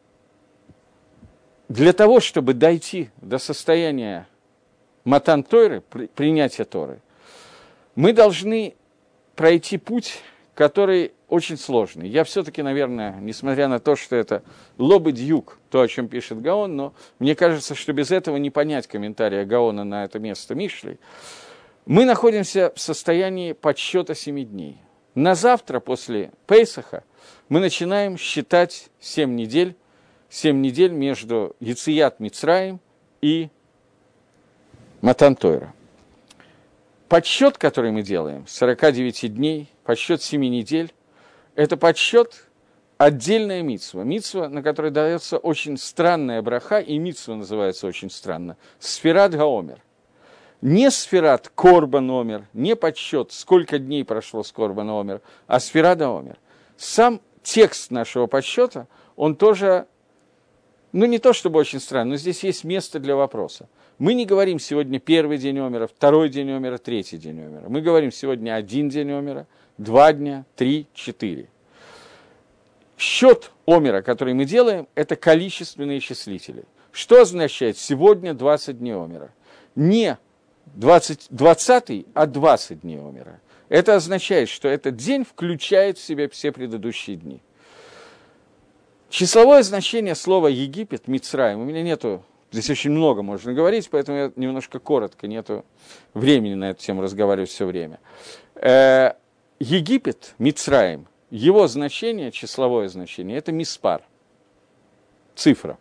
для того, чтобы дойти до состояния матан Тойры, принятия Торы, мы должны пройти путь, который очень сложный. Я все-таки, наверное, несмотря на то, что это лобы-дьюк, то, о чем пишет Гаон, но мне кажется, что без этого не понять комментария Гаона на это место Мишли. Мы находимся в состоянии подсчета семи дней. на завтра после Пейсаха мы начинаем считать семь недель, семь недель между Яцият Мицраим и Матан Тойра. Подсчет, который мы делаем, сорок девять дней, подсчет семи недель, это подсчет отдельная мицва. Мицва, на которой дается очень странная браха, и мицва называется очень странно. Сферат Гаомер. Не сферат Корбан Омер, не подсчет, сколько дней прошло с Корбан Омер, а сферат Гаомер. Сам текст нашего подсчета, он тоже, ну не то чтобы очень странный, но здесь есть место для вопроса. Мы не говорим сегодня первый день Омера, второй день Омера, третий день Омера. Мы говорим сегодня один день Омера, два дня, три, четыре. Счет Омера, который мы делаем, это количественные числители. Что означает сегодня двадцать дней Омера? Не двадцать, двадцатый, а двадцать дней Омера. Это означает, что этот день включает в себя все предыдущие дни. Числовое значение слова «Египет», «Мицраим», у меня нету, здесь очень много можно говорить, поэтому я немножко коротко, нету времени на эту тему разговаривать все время. Э, Египет, Мицраим, его значение, числовое значение, это миспар, цифра.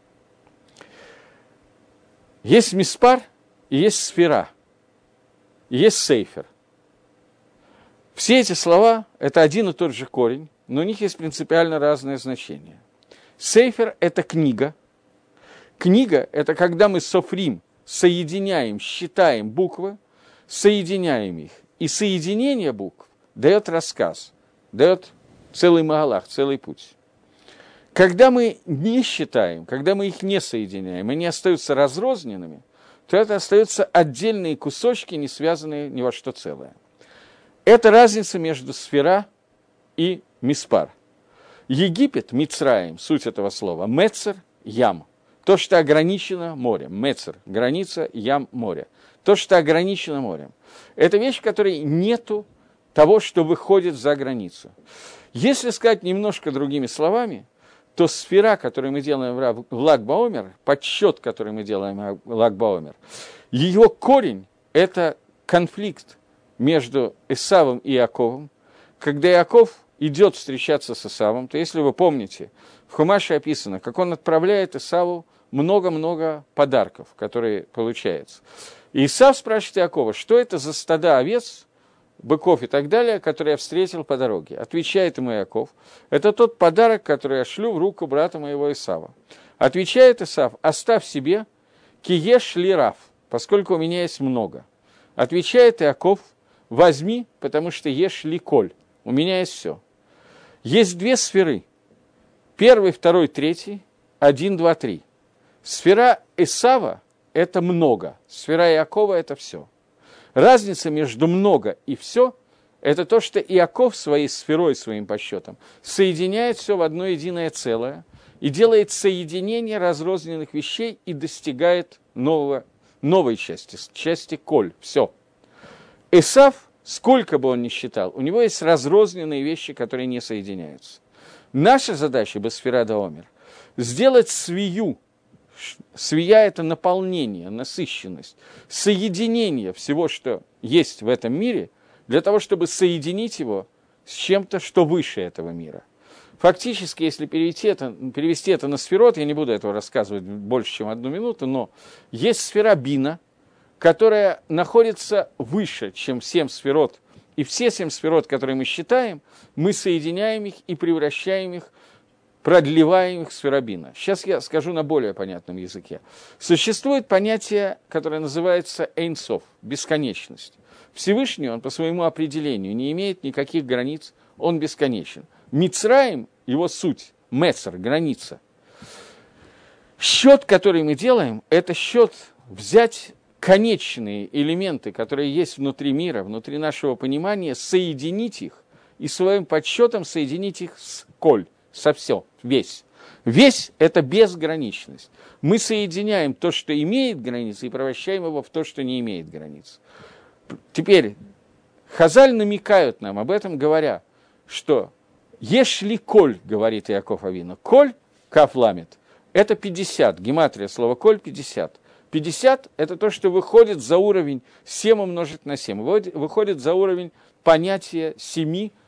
Есть миспар и есть сфера, и есть сейфер. Все эти слова – это один и тот же корень, но у них есть принципиально разное значение. Сейфер – это книга. Книга – это когда мы софрим, соединяем, считаем буквы, соединяем их. И соединение букв дает рассказ, дает целый магалах, целый путь. Когда мы не считаем, когда мы их не соединяем, они остаются разрозненными, то это остаются отдельные кусочки, не связанные ни во что целое. Это разница между сфера и миспар. Египет, Мицраим, суть этого слова, мецер, ям. То, что ограничено морем. Мецер, граница, ям, море. То, что ограничено морем. Это вещь, в которой нету того, что выходит за границу. Если сказать немножко другими словами, то сфера, которую мы делаем в Лаг Баомер, подсчет, который мы делаем в Лаг Баомер, ее корень – это конфликт между Исавом и Иаковом. Когда Иаков идет встречаться с Исавом, то если вы помните, в Хумаше описано, как он отправляет Исаву много-много подарков, которые получаются. И Исав спрашивает Иакова, что это за стада овец, быков и так далее, которые я встретил по дороге. Отвечает ему Иаков, это тот подарок, который я шлю в руку брата моего Исава. Отвечает Исав, оставь себе, киеш ли раф, поскольку у меня есть много. Отвечает Иаков, возьми, потому что ешь ли коль, у меня есть все. Есть две сферы, первый, второй, третий, один, два, три. Сфера Исава – это много, сфера Иакова – это все. Разница между много и все – это то, что Иаков своей сферой, своим подсчетом, соединяет все в одно единое целое и делает соединение разрозненных вещей и достигает нового, новой части, части коль, все. Исав, сколько бы он ни считал, у него есть разрозненные вещи, которые не соединяются. Наша задача, Басфера Даомер, сделать свию. Свия – это наполнение, насыщенность, соединение всего, что есть в этом мире, для того, чтобы соединить его с чем-то, что выше этого мира. Фактически, если перевести это, перевести это на сферот, я не буду этого рассказывать больше, чем одну минуту, но есть сфера бина, которая находится выше, чем семь сферот, и все семь сферот, которые мы считаем, мы соединяем их и превращаем их, продлеваем их в сфера бина. Сейчас я скажу на более понятном языке. Существует понятие, которое называется эйн соф, бесконечность. Всевышний, он по своему определению не имеет никаких границ, он бесконечен. Мицраим, его суть, мецер, граница. Счет, который мы делаем, это счет взять конечные элементы, которые есть внутри мира, внутри нашего понимания, соединить их и своим подсчетом соединить их с коль, со все, весь. Весь – это безграничность. Мы соединяем то, что имеет границы, и превращаем его в то, что не имеет границ. Теперь, Хазаль намекают нам об этом, говоря, что «ешли коль», говорит Иаков Авину, «коль, каф ламет», это пятьдесят, гематрия слова «коль» – пятьдесят. пятьдесят – это то, что выходит за уровень семь умножить на семь, выходит за уровень понятия семи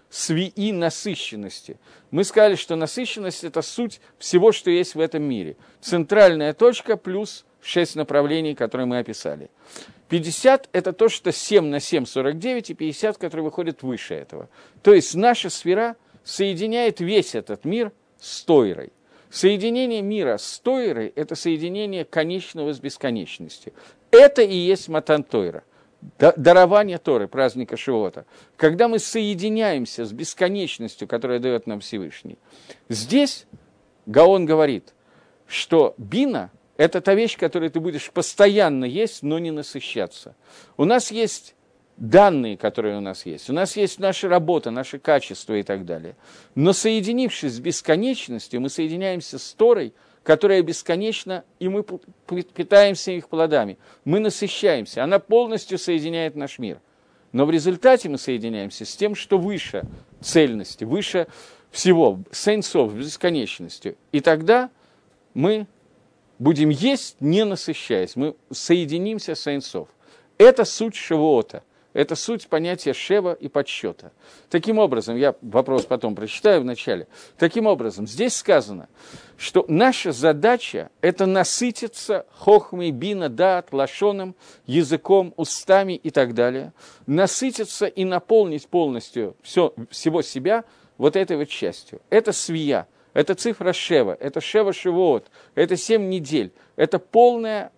свии насыщенности. Мы сказали, что насыщенность – это суть всего, что есть в этом мире. Центральная точка плюс шесть направлений, которые мы описали. пятьдесят – это то, что семь на семь – сорок девять, и пятьдесят, которые выходят выше этого. То есть наша сфера соединяет весь этот мир с Тойрой. Соединение мира с Тойрой – это соединение конечного с бесконечностью. Это и есть Матан Тойра, дарование Торы, праздника Шивота. Когда мы соединяемся с бесконечностью, которая дает нам Всевышний. Здесь Гаон говорит, что бина – это та вещь, которой ты будешь постоянно есть, но не насыщаться. У нас есть данные, которые у нас есть. У нас есть наша работа, наши качества и так далее. Но соединившись с бесконечностью, мы соединяемся с Торой, которая бесконечна, и мы питаемся их плодами. Мы насыщаемся, она полностью соединяет наш мир. Но в результате мы соединяемся с тем, что выше цельности, выше всего, сенсов, бесконечностью. И тогда мы будем есть, не насыщаясь. Мы соединимся с сенсов. Это суть Шавуота. Это суть понятия шева и подсчета. Таким образом, я вопрос потом прочитаю в начале. Таким образом, здесь сказано, что наша задача – это насытиться хохмой, бина, даат, лашоном, языком, устами и так далее. Насытиться и наполнить полностью все, всего себя вот этой вот частью. Это свия, это цифра шева, это шева шивоот, это семь недель. Это полное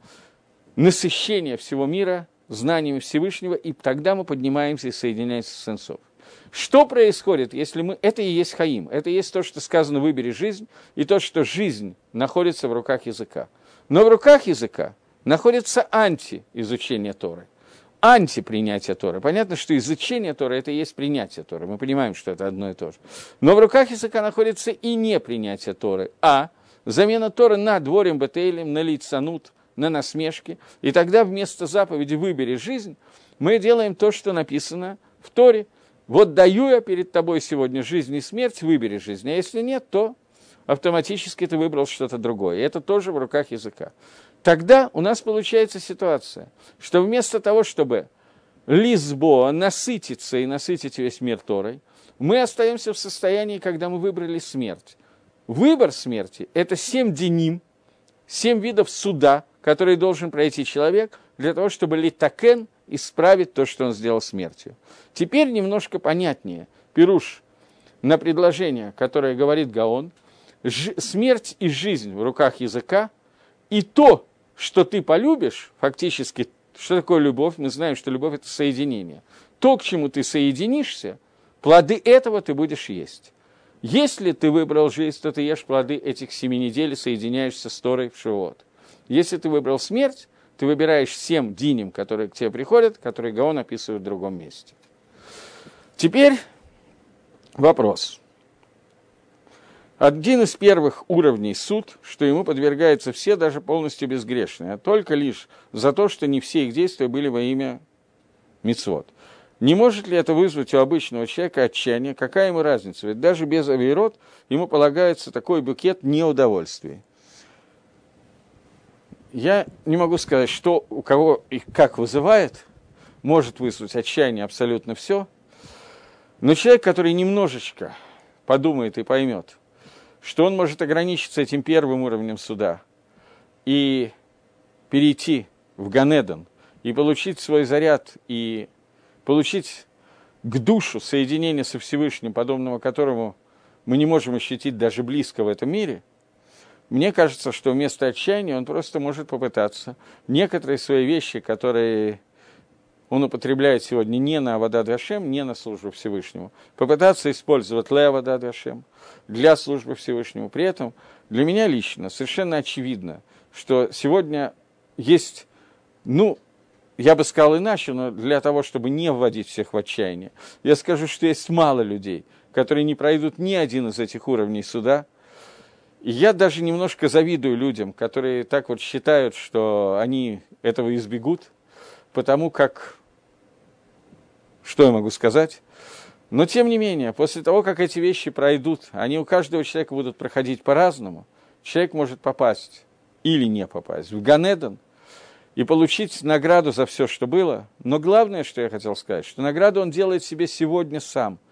насыщение всего мира знаниями Всевышнего, и тогда мы поднимаемся и соединяемся с сенсов. Что происходит, если мы... Это и есть хаим, это и есть то, что сказано «выбери жизнь», и то, что жизнь находится в руках языка. Но в руках языка находится анти-изучение Торы, антипринятие Торы. Понятно, что изучение Торы – это и есть принятие Торы, мы понимаем, что это одно и то же. Но в руках языка находится и не принятие Торы, а замена Торы на дворим бетейлем, на лицанут, на насмешки, и тогда вместо заповеди «выбери жизнь» мы делаем то, что написано в Торе. Вот даю я перед тобой сегодня жизнь и смерть, выбери жизнь, а если нет, то автоматически ты выбрал что-то другое. И это тоже в руках языка. Тогда у нас получается ситуация, что вместо того, чтобы лизбоа насытиться и насытить весь мир Торой, мы остаемся в состоянии, когда мы выбрали смерть. Выбор смерти – это семь деним, семь видов суда, который должен пройти человек для того, чтобы литакен исправить то, что он сделал смертью. Теперь немножко понятнее пируш на предложение, которое говорит Гаон. Ж- смерть и жизнь в руках языка, и то, что ты полюбишь, фактически, что такое любовь? Мы знаем, что любовь – это соединение. То, к чему ты соединишься, плоды этого ты будешь есть. Если ты выбрал жизнь, то ты ешь плоды этих семи недель и соединяешься с Торой в Шивот. Если ты выбрал смерть, ты выбираешь семь диним, которые к тебе приходят, которые Гаон описывает в другом месте. Теперь вопрос. Один из первых уровней суд, что ему подвергаются все, даже полностью безгрешные, а только лишь за то, что не все их действия были во имя мицвот. Не может ли это вызвать у обычного человека отчаяние? Какая ему разница? Ведь даже без авейрот ему полагается такой букет неудовольствий. Я не могу сказать, что у кого и как вызывает, может вызвать отчаяние абсолютно все, но человек, который немножечко подумает и поймет, что он может ограничиться этим первым уровнем суда и перейти в Ганедон, и получить свой заряд, и получить к душу соединение со Всевышним, подобного которому мы не можем ощутить даже близко в этом мире, мне кажется, что вместо отчаяния он просто может попытаться некоторые свои вещи, которые он употребляет сегодня не на Авадат Гашем, не на службу Всевышнему, попытаться использовать ле Авадат Гашем для службы Всевышнему. При этом для меня лично совершенно очевидно, что сегодня есть, ну, я бы сказал иначе, но для того, чтобы не вводить всех в отчаяние, я скажу, что есть мало людей, которые не пройдут ни один из этих уровней суда. И я даже немножко завидую людям, которые так вот считают, что они этого избегут, потому как, что я могу сказать? Но тем не менее, после того, как эти вещи пройдут, они у каждого человека будут проходить по-разному, человек может попасть или не попасть в Ганедон и получить награду за все, что было. Но главное, что я хотел сказать, что награду он делает себе сегодня сам.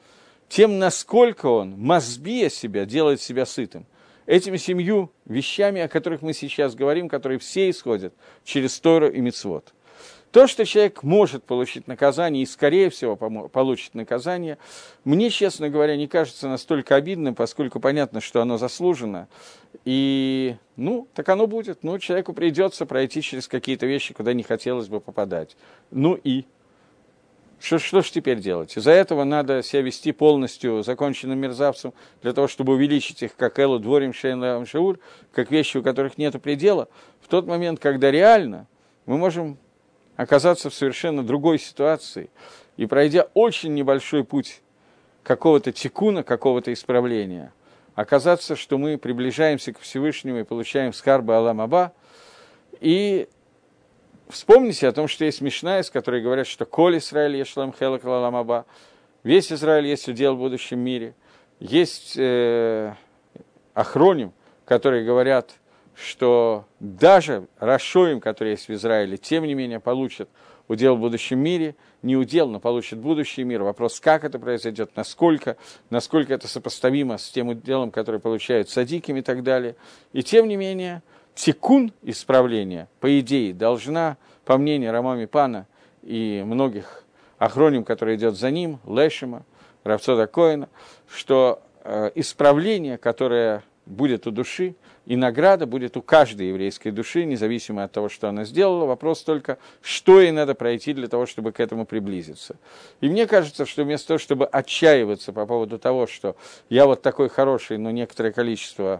тем, насколько он, мазбия себя, делает себя сытым. Этими семью вещами, о которых мы сейчас говорим, которые все исходят через Тору и мицвот. То, что человек может получить наказание и, скорее всего, получит наказание, мне, честно говоря, не кажется настолько обидным, поскольку понятно, что оно заслужено. И, ну, так оно будет. Ну, человеку придется пройти через какие-то вещи, куда не хотелось бы попадать. Ну и... Что, что ж теперь делать? Из-за этого надо себя вести полностью законченным мерзавцем, для того, чтобы увеличить их, как Элу, Дворим, Шейн, Лавам, Шаур, как вещи, у которых нет предела. В тот момент, когда реально мы можем оказаться в совершенно другой ситуации, и пройдя очень небольшой путь какого-то тикуна, какого-то исправления, оказаться, что мы приближаемся к Всевышнему и получаем схарба Алам Аба. И вспомните о том, что есть Мишна, из которой говорят, что «Коль Исраэль ешлам хелак Алам Аба», весь Израиль есть удел в будущем мире. Есть э, ахроним, которые говорят, что даже рашоим, которые есть в Израиле, тем не менее получат удел в будущем мире, не удел, но получат будущий мир. Вопрос, как это произойдет, насколько, насколько это сопоставимо с тем уделом, который получают садиками и так далее. И тем не менее, тикун исправления, по идее, должна, по мнению Рамами Пана и многих ахроним, которые идет за ним, Лешима, Равцода Коэна, что э, исправление, которое будет у души, и награда будет у каждой еврейской души, независимо от того, что она сделала. Вопрос только, что ей надо пройти для того, чтобы к этому приблизиться. И мне кажется, что вместо того, чтобы отчаиваться по поводу того, что я вот такой хороший, но некоторое количество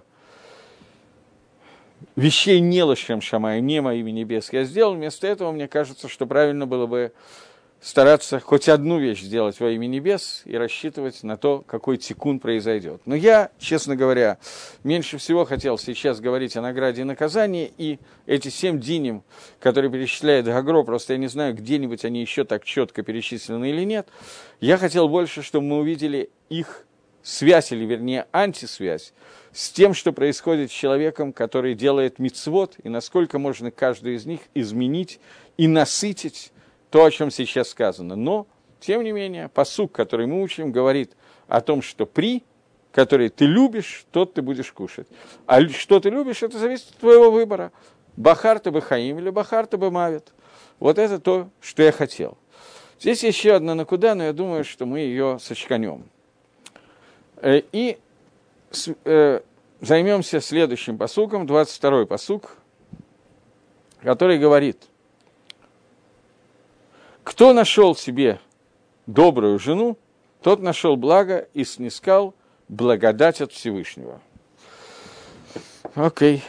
вещей не лошем шамай, не моими небес я сделал, вместо этого мне кажется, что правильно было бы стараться хоть одну вещь сделать во имя небес и рассчитывать на то, какой тикун произойдет. Но я, честно говоря, меньше всего хотел сейчас говорить о награде и наказании, и эти семь диним, которые перечисляет Гагро, просто я не знаю, где-нибудь они еще так четко перечислены или нет, я хотел больше, чтобы мы увидели их связь, или вернее антисвязь, с тем, что происходит с человеком, который делает мицвот, и насколько можно каждую из них изменить и насытить то, о чем сейчас сказано. Но, тем не менее, пасук, который мы учим, говорит о том, что при, который ты любишь, тот ты будешь кушать. А что ты любишь, это зависит от твоего выбора. Бахар ты бы хаим или бахар ты бы мавит. Вот это то, что я хотел. Здесь еще одна накуда, но я думаю, что мы ее сочканем. И займемся следующим пасуком, двадцать второй пасук, который говорит: кто нашел себе добрую жену, тот нашел благо и снискал благодать от Всевышнего. Окей.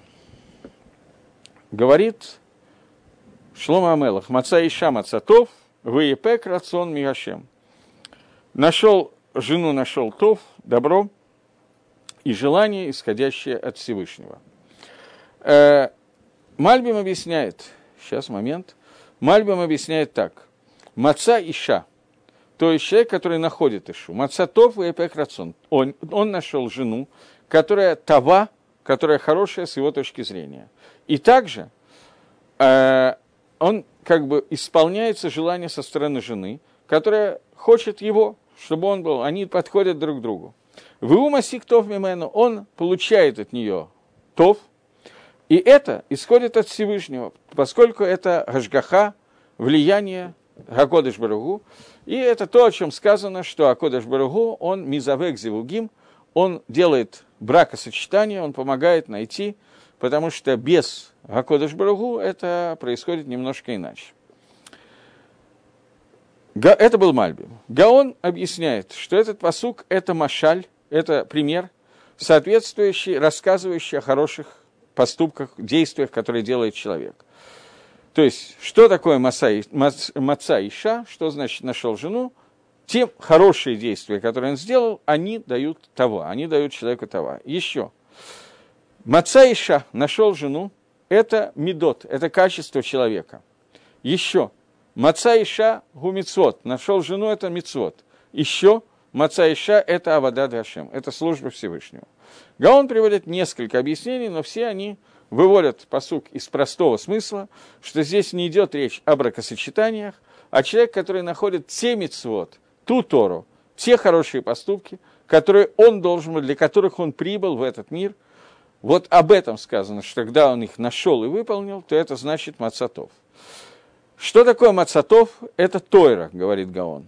Говорит Шломо Амелах: Маца иша мацатов, веепек рацон мигашем. Нашел жену, нашел тов, добро и желание, исходящее от Всевышнего. Э, Мальбим объясняет, сейчас, момент, Мальбим объясняет так. Маца иша, то есть человек, который находит ишу. Маца тов и эпек рацон. Он, он нашел жену, которая тава, которая хорошая с его точки зрения. И также э, он как бы исполняется желание со стороны жены, которая хочет его, чтобы он был. Они подходят друг к другу. Вума сиктов мимену, он получает от нее тов, и это исходит от Всевышнего, поскольку это гашгаха, влияние Акодеш Баругу, и это то, о чем сказано, что Акодеш Баругу, он мизавек зевугим, он делает бракосочетание, он помогает найти, потому что без Акодеш Баругу это происходит немножко иначе. Это был Мальбим. Гаон объясняет, что этот пасук – это машаль, это пример, соответствующий, рассказывающий о хороших поступках, действиях, которые делает человек. То есть, что такое маца иша, что значит нашел жену, те хорошие действия, которые он сделал, они дают того, они дают человеку того. Еще. Маца иша, нашел жену, это мидот, это качество человека. Еще. Маца иша гу мицвот, нашел жену, это мицвот. Еще. Маца иша – это авада д'Ашем, это служба Всевышнего. Гаон приводит несколько объяснений, но все они выводят пасук из простого смысла, что здесь не идет речь о бракосочетаниях, а человек, который находит те мицвот, ту Тору, те хорошие поступки, которые он должен был, для которых он прибыл в этот мир. Вот об этом сказано, что когда он их нашел и выполнил, то это значит мацатов. Что такое мацатов? Это Тойра, говорит Гаон.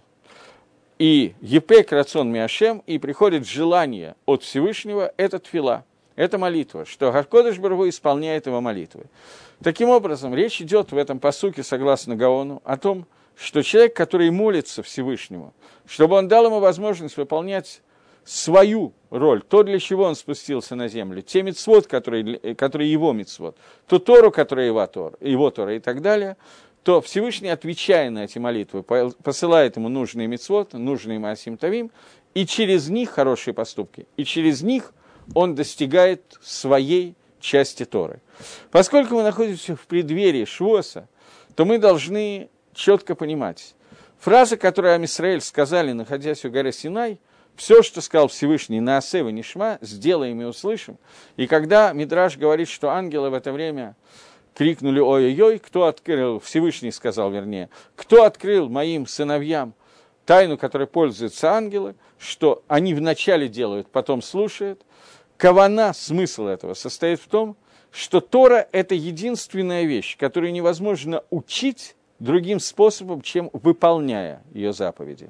И епек рацон миашем, и приходит желание от Всевышнего, это тфила, это молитва, что Гакодеш Барух Ху исполняет его молитвы. Таким образом, речь идет в этом пасуке, согласно Гаону, о том, что человек, который молится Всевышнему, чтобы он дал ему возможность выполнять свою роль, то, для чего он спустился на землю, те мицвот, которые, которые его мицвот, ту Тору, которая его Тора, его Тора и так далее, то Всевышний, отвечая на эти молитвы, посылает ему нужные мицвот, нужные маасим тавим, и через них хорошие поступки, и через них он достигает своей части Торы. Поскольку мы находимся в преддверии Швуоса, то мы должны четко понимать, фраза, которую Ам Исраэль сказали, находясь у горы Синай, все, что сказал Всевышний «Наасе ва нишма», сделаем и услышим. И когда Мидраш говорит, что ангелы в это время крикнули «Ой-ой-ой», кто открыл, Всевышний сказал, вернее, кто открыл моим сыновьям тайну, которой пользуются ангелы, что они вначале делают, потом слушают. Кавана, смысл этого, состоит в том, что Тора – это единственная вещь, которую невозможно учить другим способом, чем выполняя ее заповеди.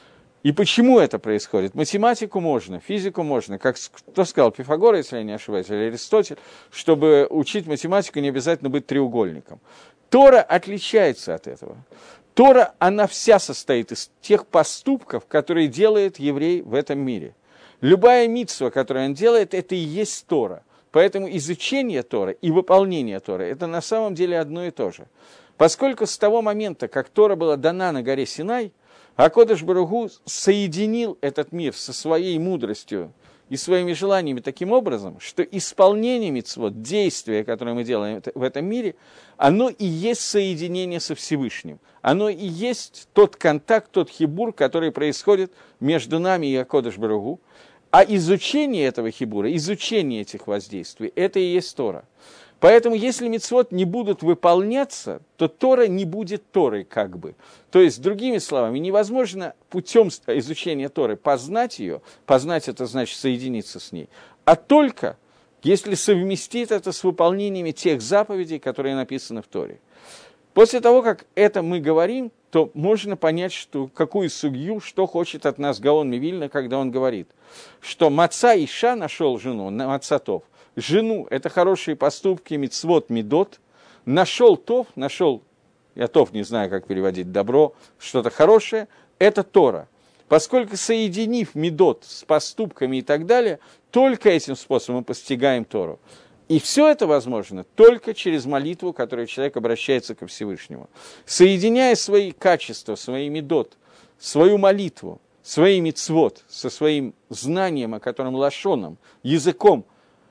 И почему это происходит? Математику можно, физику можно, как кто сказал, Пифагор, если я не ошибаюсь, или Аристотель, чтобы учить математику, не обязательно быть треугольником. Тора отличается от этого. Тора, она вся состоит из тех поступков, которые делает еврей в этом мире. Любая мицва, которую он делает, это и есть Тора. Поэтому изучение Торы и выполнение Торы – это на самом деле одно и то же. Поскольку с того момента, как Тора была дана на горе Синай, Акодеш Барух Ху соединил этот мир со своей мудростью и своими желаниями таким образом, что исполнение мицвот, действие, которое мы делаем в этом мире, оно и есть соединение со Всевышним. Оно и есть тот контакт, тот хибур, который происходит между нами и Акодеш Барух Ху. А изучение этого хибура, изучение этих воздействий, это и есть Тора. Поэтому, если мицвот не будут выполняться, то Тора не будет Торой, как бы. То есть, другими словами, невозможно путем изучения Торы познать ее, познать это значит соединиться с ней, а только если совместить это с выполнениями тех заповедей, которые написаны в Торе. После того, как это мы говорим, то можно понять, что, какую сугью, что хочет от нас Гаон Мивильна, когда он говорит, что Маца Иша нашел жену, Мацатов, жену – это хорошие поступки, мицвот, медот, нашел Тов, нашел, я Тов не знаю, как переводить, добро, что-то хорошее, это Тора. Поскольку соединив медот с поступками и так далее, только этим способом мы постигаем Тору. И все это возможно только через молитву, которой человек обращается ко Всевышнему. Соединяя свои качества, свои медот, свою молитву, свои мицвот, со своим знанием, о котором лашоном, языком,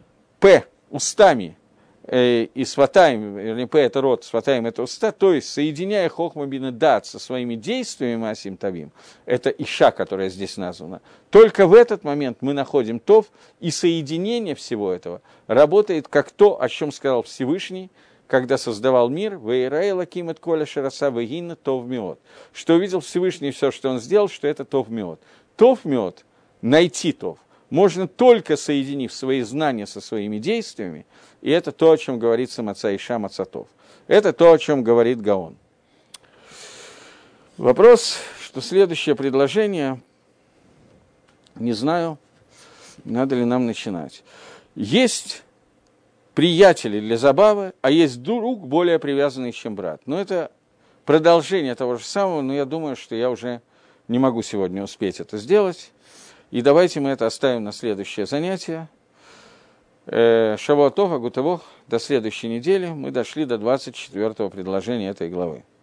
п, устами, э, и сватаем, вернее, п это рот, сватаем это уста, то есть соединяя хохма бина дат со своими действиями масим тавим, это иша, которая здесь названа, только в этот момент мы находим тов, и соединение всего этого работает как то, о чем сказал Всевышний, когда создавал мир, «Вейрай лаким эт коля шараса вегинна тов миот», что увидел Всевышний все, что он сделал, что это тов миот. Тов миот, найти тов, можно только соединив свои знания со своими действиями, и это то, о чем говорится Маца Иша Мацатов. Это то, о чем говорит Гаон. Вопрос, что следующее предложение, не знаю, надо ли нам начинать. Есть приятели для забавы, а есть друг более привязанный, чем брат. Но это продолжение того же самого, но я думаю, что я уже не могу сегодня успеть это сделать. И давайте мы это оставим на следующее занятие. Шавуа Тов, Агутывох, до следующей недели мы дошли до двадцать четвёртого предложения этой главы.